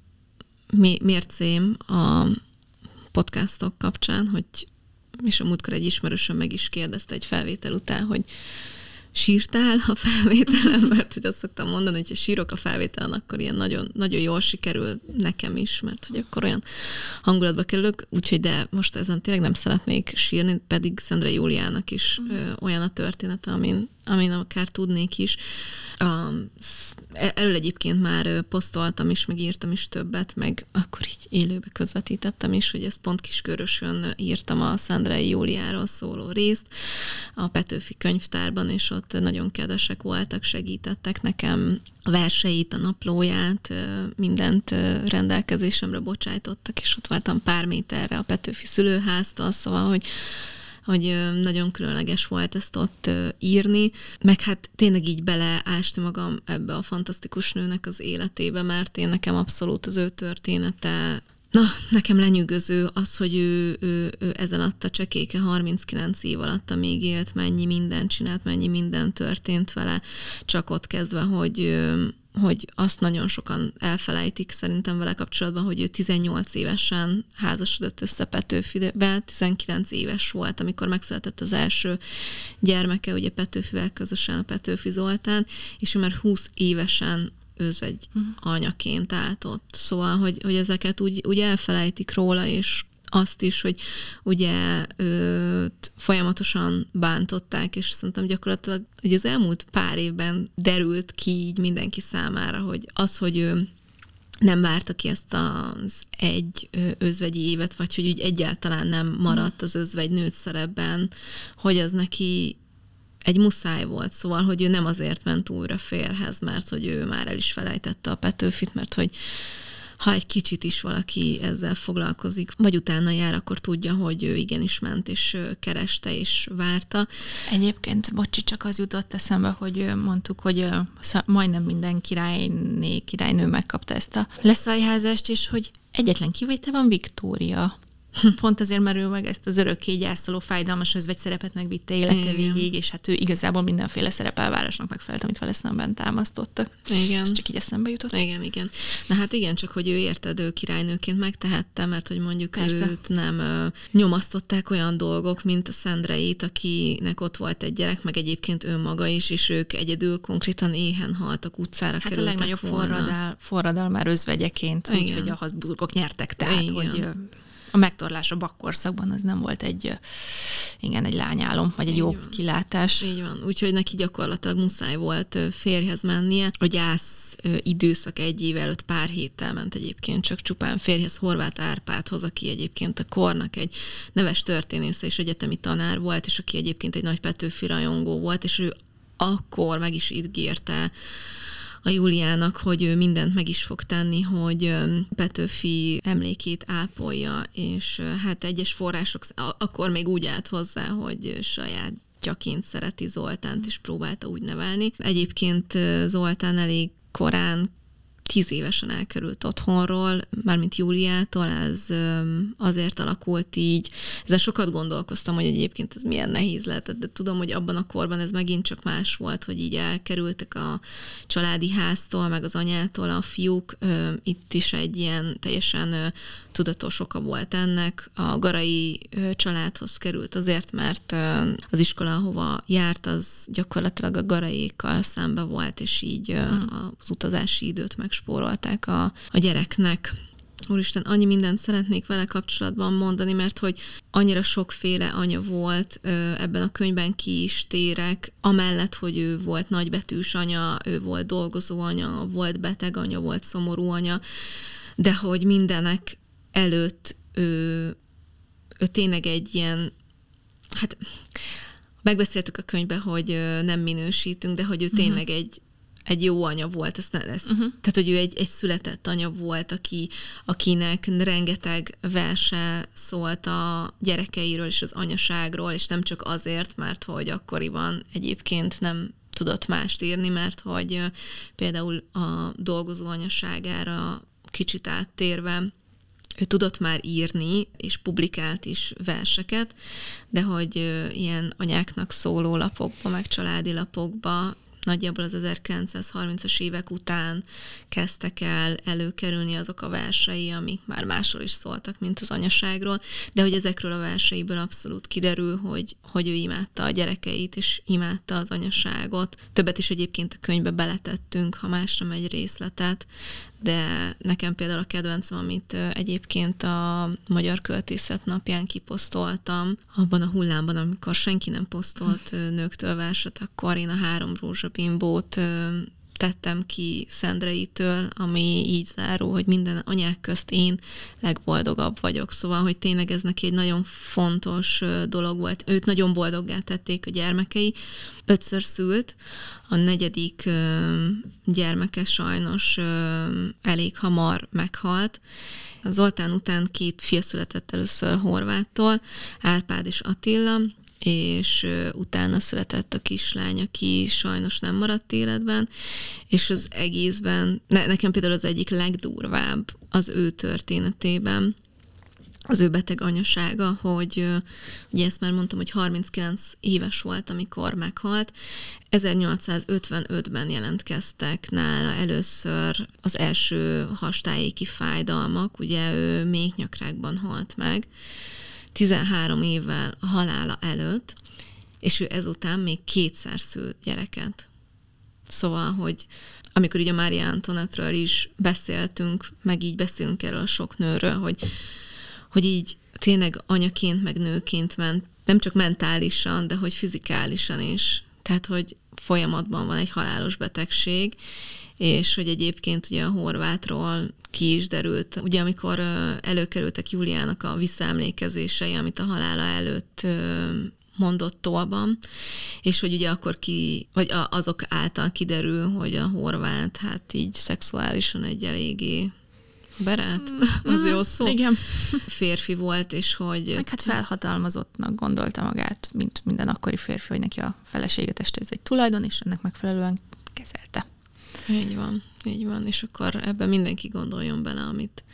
mércém a podcastok kapcsán, hogy és a múltkor egy ismerősöm meg is kérdezte egy felvétel után, hogy sírtál a felvételen, mert hogy azt szoktam mondani, hogy ha sírok a felvételen, akkor ilyen nagyon, nagyon jól sikerül nekem is, mert hogy akkor olyan hangulatba kerülök, úgyhogy de most ezen tényleg nem szeretnék sírni, pedig Szendrei Júliának is olyan a története, amin akár tudnék is. Erről egyébként már posztoltam is, meg írtam is többet, meg akkor így élőbe közvetítettem is, hogy ezt pont Kiskörösön írtam a Szendrei Júliáról szóló részt a Petőfi Könyvtárban, és ott nagyon kedvesek voltak, segítettek nekem a verseit, a naplóját, mindent rendelkezésemre bocsájtottak, és ott voltam pár méterre a Petőfi szülőháztól, szóval, hogy nagyon különleges volt ezt ott írni, meg hát tényleg így beleásni magam ebbe a fantasztikus nőnek az életébe, mert én nekem abszolút az ő története, nekem lenyűgöző az, hogy ő ezen alatt a csekéke 39 év alatt, amíg élt, mennyi mindent csinált, mennyi minden történt vele, csak ott kezdve, hogy azt nagyon sokan elfelejtik szerintem vele kapcsolatban, hogy ő 18 évesen házasodott össze Petőfivel, 19 éves volt, amikor megszületett az első gyermeke, ugye Petőfivel közösen, a Petőfi Zoltán, és ő már 20 évesen özvegy anyaként állt ott. Szóval, hogy ezeket úgy elfelejtik róla, és azt is, hogy ugye őt folyamatosan bántották, és szerintem gyakorlatilag hogy az elmúlt pár évben derült ki így mindenki számára, hogy az, hogy ő nem várta ki ezt az egy özvegyi évet, vagy hogy úgy egyáltalán nem maradt az özvegy nőt szerepben, hogy az neki egy muszáj volt, szóval, hogy ő nem azért ment újra férhez, mert hogy ő már el is felejtette a Petőfit, mert hogy ha egy kicsit is valaki ezzel foglalkozik, vagy utána jár, akkor tudja, hogy ő igenis ment, és kereste, és várta. Egyébként, bocsi, csak az jutott eszembe, hogy mondtuk, hogy majdnem minden királynő megkapta ezt a leszajházást, és hogy egyetlen kivétel van Viktória. Pont azért, mert ő meg ezt az örökké gyászoló fájdalmas özvegy szerepet megvitte élete végig, és hát ő igazából mindenféle szerepelvárásnak megfelelt, amit vele szemben támasztottak. Igen. Ez csak így eszembe jutott. Igen. Na hát igen, csak hogy ő érted, ő királynőként megtehette, mert hogy mondjuk persze őt nem nyomasztották olyan dolgok, mint a Szendreit, akinek ott volt egy gyerek, meg egyébként ő maga is, és ők egyedül konkrétan éhen haltak, utcára kerültek volna. Hát a legnagyobb forradal már özvegyeként, úgyhogy a Habsburgok nyertek, tehát igen, hogy a megtorlás a bakkorszakban az nem volt egy lányálom, vagy egy jó kilátás. Így van, úgyhogy neki gyakorlatilag muszáj volt férjhez mennie. A gyász időszak egy év előtt pár héttel ment egyébként csak csupán férjhez, Horváth Árpádhoz, aki egyébként a kornak egy neves történésze és egyetemi tanár volt, és aki egyébként egy nagy Petőfi rajongó volt, és ő akkor meg is ígérte a Júliának, hogy ő mindent meg is fog tenni, hogy Petőfi emlékét ápolja, és hát egyes források akkor még úgy állt hozzá, hogy sajátjaként szereti Zoltánt, és próbálta úgy nevelni. Egyébként Zoltán elég korán 10 évesen elkerült otthonról, mármint Júliától, ez azért alakult így. Ezzel sokat gondolkoztam, hogy egyébként ez milyen nehéz lehetett, de tudom, hogy abban a korban ez megint csak más volt, hogy így elkerültek a családi háztól, meg az anyától a fiúk. Itt is egy ilyen teljesen tudatos oka volt ennek. A Garai családhoz került azért, mert az iskola, ahova járt, az gyakorlatilag a Garaiékkal szembe volt, és így az utazási időt megspórolták a gyereknek. Úristen, annyi mindent szeretnék vele kapcsolatban mondani, mert hogy annyira sokféle anya volt, ebben a könyvben ki is térek, amellett, hogy ő volt nagybetűs anya, ő volt dolgozó anya, volt beteg anya, volt szomorú anya, de hogy mindenek előtt ő tényleg egy ilyen, hát megbeszéltük a könyvben, hogy nem minősítünk, de hogy ő tényleg egy jó anya volt, tehát, hogy ő egy született anya volt, akinek rengeteg verse szólt a gyerekeiről és az anyaságról, és nem csak azért, mert hogy akkoriban egyébként nem tudott mást írni, mert hogy például a dolgozó anyaságára kicsit áttérve, ő tudott már írni, és publikált is verseket, de hogy ilyen anyáknak szóló lapokba, meg családi lapokba nagyjából az 1930-as évek után kezdtek el előkerülni azok a versei, amik már másról is szóltak, mint az anyaságról, de hogy ezekről a verseiből abszolút kiderül, hogy ő imádta a gyerekeit, és imádta az anyaságot. Többet is egyébként a könyvbe beletettünk, ha másra megy részletet, de nekem például a kedvencem, amit egyébként a Magyar Költészet napján kiposztoltam, abban a hullámban, amikor senki nem posztolt nőktől verset, akkor én a 3 rózsabimbót tettem ki Szendreitől, ami így záró, hogy minden anyák közt én legboldogabb vagyok. Szóval, hogy tényleg ez neki egy nagyon fontos dolog volt. Őt nagyon boldoggá tették a gyermekei. 5-ször szült, a 4. gyermeke sajnos elég hamar meghalt. Zoltán után 2 fia született először Horváttól, Árpád és Attila, és utána született a kislány, aki sajnos nem maradt életben, és az egészben, nekem például az egyik legdurvább az ő történetében, az ő beteg anyasága, hogy ugye ezt már mondtam, hogy 39 éves volt, amikor meghalt. 1855-ben jelentkeztek nála először az első hastájéki fájdalmak, ugye ő méhnyakrákban halt meg, 13 évvel a halála előtt, és ő ezután még 2-szer szült gyereket. Szóval, hogy amikor így a Mária Antonettről is beszéltünk, meg így beszélünk erről a sok nőről, hogy így tényleg anyaként, meg nőként ment, nem csak mentálisan, de hogy fizikálisan is. Tehát, hogy folyamatban van egy halálos betegség, és hogy egyébként ugye a Horvátról ki is derült, ugye amikor előkerültek Júliának a visszaemlékezései, amit a halála előtt mondott tolban, és hogy ugye akkor vagy azok által kiderül, hogy a horvát hát így szexuálisan egy eléggé berát, az jó szó. Igen. Férfi volt, és hogy... Meg hát felhatalmazottnak gondolta magát, mint minden akkori férfi, hogy neki a felesége teste ez egy tulajdon, és ennek megfelelően kezelte. Így van, és akkor ebben mindenki gondoljon bele, amit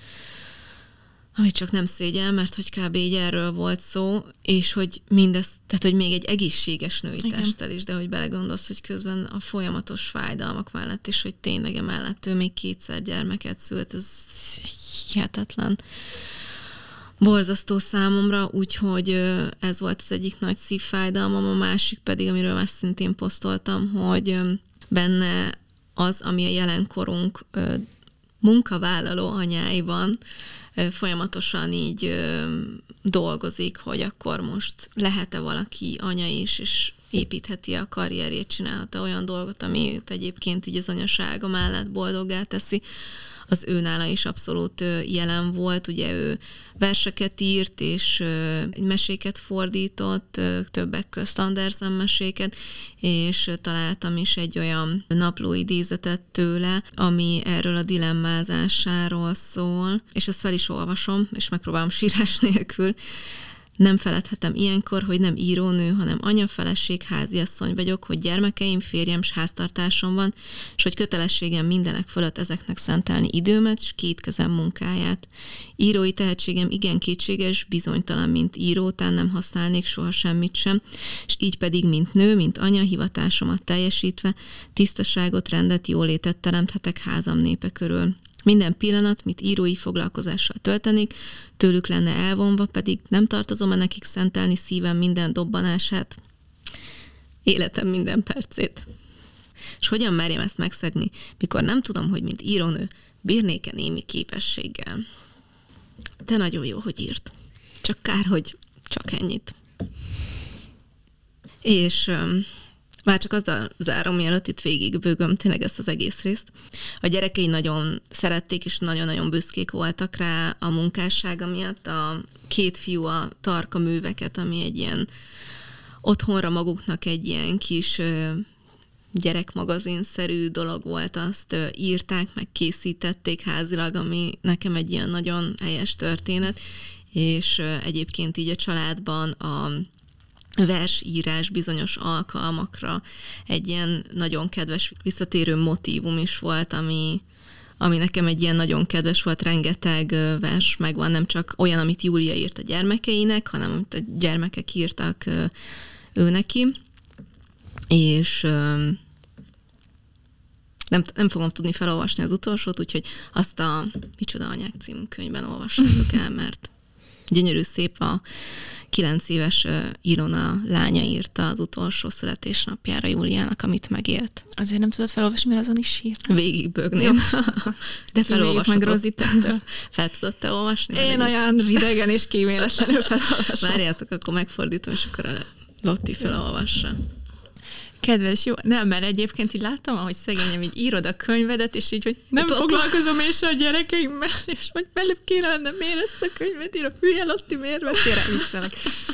csak nem szégyel, mert hogy kb. Így erről volt szó, és hogy mindez, tehát hogy még egy egészséges női testtel is, de hogy belegondolsz, hogy közben a folyamatos fájdalmak mellett, és hogy tényleg emellett ő még 2-szer gyermeket szült, ez hihetetlen. Borzasztó számomra, úgyhogy ez volt az egyik nagy szívfájdalmam, a másik pedig, amiről már szintén posztoltam, hogy benne az, ami a jelenkorunk munkavállaló anyáiban folyamatosan így dolgozik, hogy akkor most lehet-e valaki anya is, és építheti a karrierjét, csinálhat olyan dolgot, ami őt egyébként így az anyasága mellett boldoggá teszi. Az ő nála is abszolút jelen volt, ugye ő verseket írt, és meséket fordított, többek közt Andersen meséket, és találtam is egy olyan naplóidézetet tőle, ami erről a dilemmázásáról szól, és ezt fel is olvasom, és megpróbálom sírás nélkül. Nem feledhetem ilyenkor, hogy nem írónő, hanem anya, feleség, háziasszony vagyok, hogy gyermekeim, férjem s háztartásom van, és hogy kötelességem mindenek fölött ezeknek szentelni időmet, s 2 kezem munkáját. Írói tehetségem igen kétséges, bizonytalan, mint írótán nem használnék soha semmit sem, és így pedig, mint nő, mint anya, hivatásomat teljesítve, tisztaságot, rendet, jólétet teremthetek házam népe körül. Minden pillanat, mit írói foglalkozással töltenék, tőlük lenne elvonva, pedig nem tartozom-e nekik szentelni szívem minden dobbanását, életem minden percét. És hogyan merjem ezt megszegni, mikor nem tudom, hogy mint írónő bírnék-e némi képességgel. De nagyon jó, hogy írt. Csak kár, hogy csak ennyit. És... már csak azzal zárom, mielőtt itt végigbőgöm tényleg ezt az egész részt. A gyerekei nagyon szerették, és nagyon-nagyon büszkék voltak rá a munkássága miatt. A 2 fiú a Tarka műveket, ami egy ilyen otthonra maguknak egy ilyen kis gyerekmagazinszerű dolog volt, azt írták, meg készítették házilag, ami nekem egy ilyen nagyon helyes történet, és egyébként így a családban versírás bizonyos alkalmakra egy ilyen nagyon kedves visszatérő motívum is volt, ami nekem egy ilyen nagyon kedves volt, rengeteg vers megvan, nem csak olyan, amit Júlia írt a gyermekeinek, hanem amit a gyermekek írtak ő neki, és nem fogom tudni felolvasni az utolsót, úgyhogy azt a Micsoda anyák című könyvben olvassátok el, mert gyönyörű, szép. A 9 éves Ilona lánya írta az utolsó születésnapjára Júliának, amit megélt. Azért nem tudod felolvasni, mert azon is sírt. Végigbögném. De felolvashatod. Meg Rozitette. Fel tudod te olvasni? Én olyan ridegen és kíméletlenül felolvasom. Várjátok, akkor megfordítom, és akkor a Lotti felolvassa. Kedves, jó, nem, mert egyébként így láttam, ahogy szegényem, így írod a könyvedet, és így, hogy nem foglalkozom én se a gyerekeimmel, és hogy belőbb kéne lenne, miért ezt a könyvet ír, a hülye Lotti, miért vettél rá, viccelek.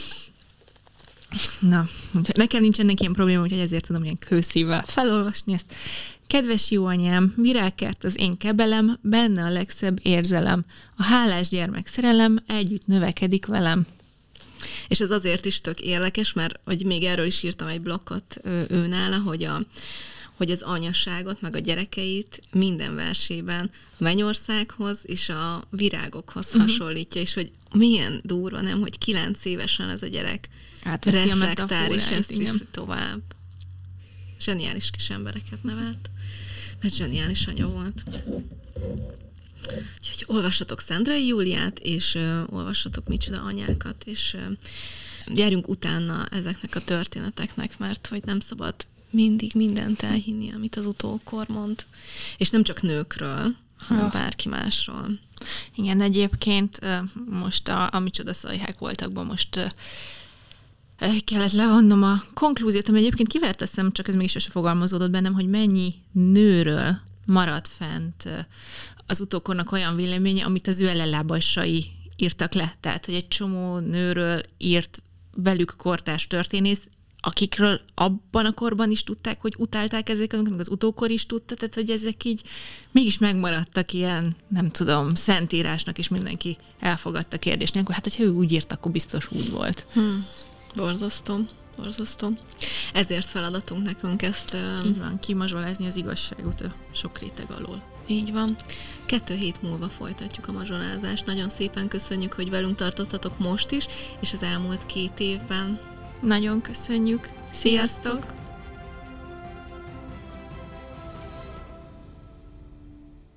Na, nekem nincs ennek ilyen probléma, úgyhogy ezért tudom ilyen kőszívvel felolvasni ezt. Kedves jó anyám, virágkert az én kebelem, benne a legszebb érzelem. A hálás gyermek szerelem együtt növekedik velem. És ez azért is tök érdekes, mert hogy még erről is írtam egy blokkot őnála, hogy az anyaságot, meg a gyerekeit minden versében a mennyországhoz és a virágokhoz hasonlítja, és hogy milyen durva, nem, hogy 9 évesen ez a gyerek reflektál, és ezt viszi tovább. Zseniális kis embereket nevelt, mert zseniális anya volt. Úgyhogy olvassatok Szendrei Júliát, és olvassatok Micsoda anyákat, és gyerünk utána ezeknek a történeteknek, mert hogy nem szabad mindig mindent elhinni, amit az utókor mond. És nem csak nőkről, hanem bárki másról. Igen, egyébként most a Micsoda szajhák voltakban most kellett levonnom a konklúziót, ami egyébként kivert a szem, csak ez mégis sose fogalmazódott bennem, hogy mennyi nőről maradt fent az utókornak olyan véleménye, amit az ő ellenlábasai írtak le. Tehát, hogy egy csomó nőről írt velük kortárs történész, akikről abban a korban is tudták, hogy utálták ezeket, meg az utókor is tudta, tehát, hogy ezek így mégis megmaradtak ilyen, nem tudom, szentírásnak, és mindenki elfogadta kérdést nélkül. Hát, hogyha ő úgy írt, akkor biztos úgy volt. Borzasztó. Ezért feladatunk nekünk ezt... Így van, kimazsolázni az igazságot a sok réteg alól. Így van. 2 hét múlva folytatjuk a mazsolázást. Nagyon szépen köszönjük, hogy velünk tartottatok most is, és az elmúlt 2 évben. Nagyon köszönjük. Sziasztok!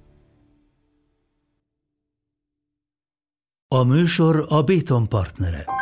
A műsor a Béton partnere.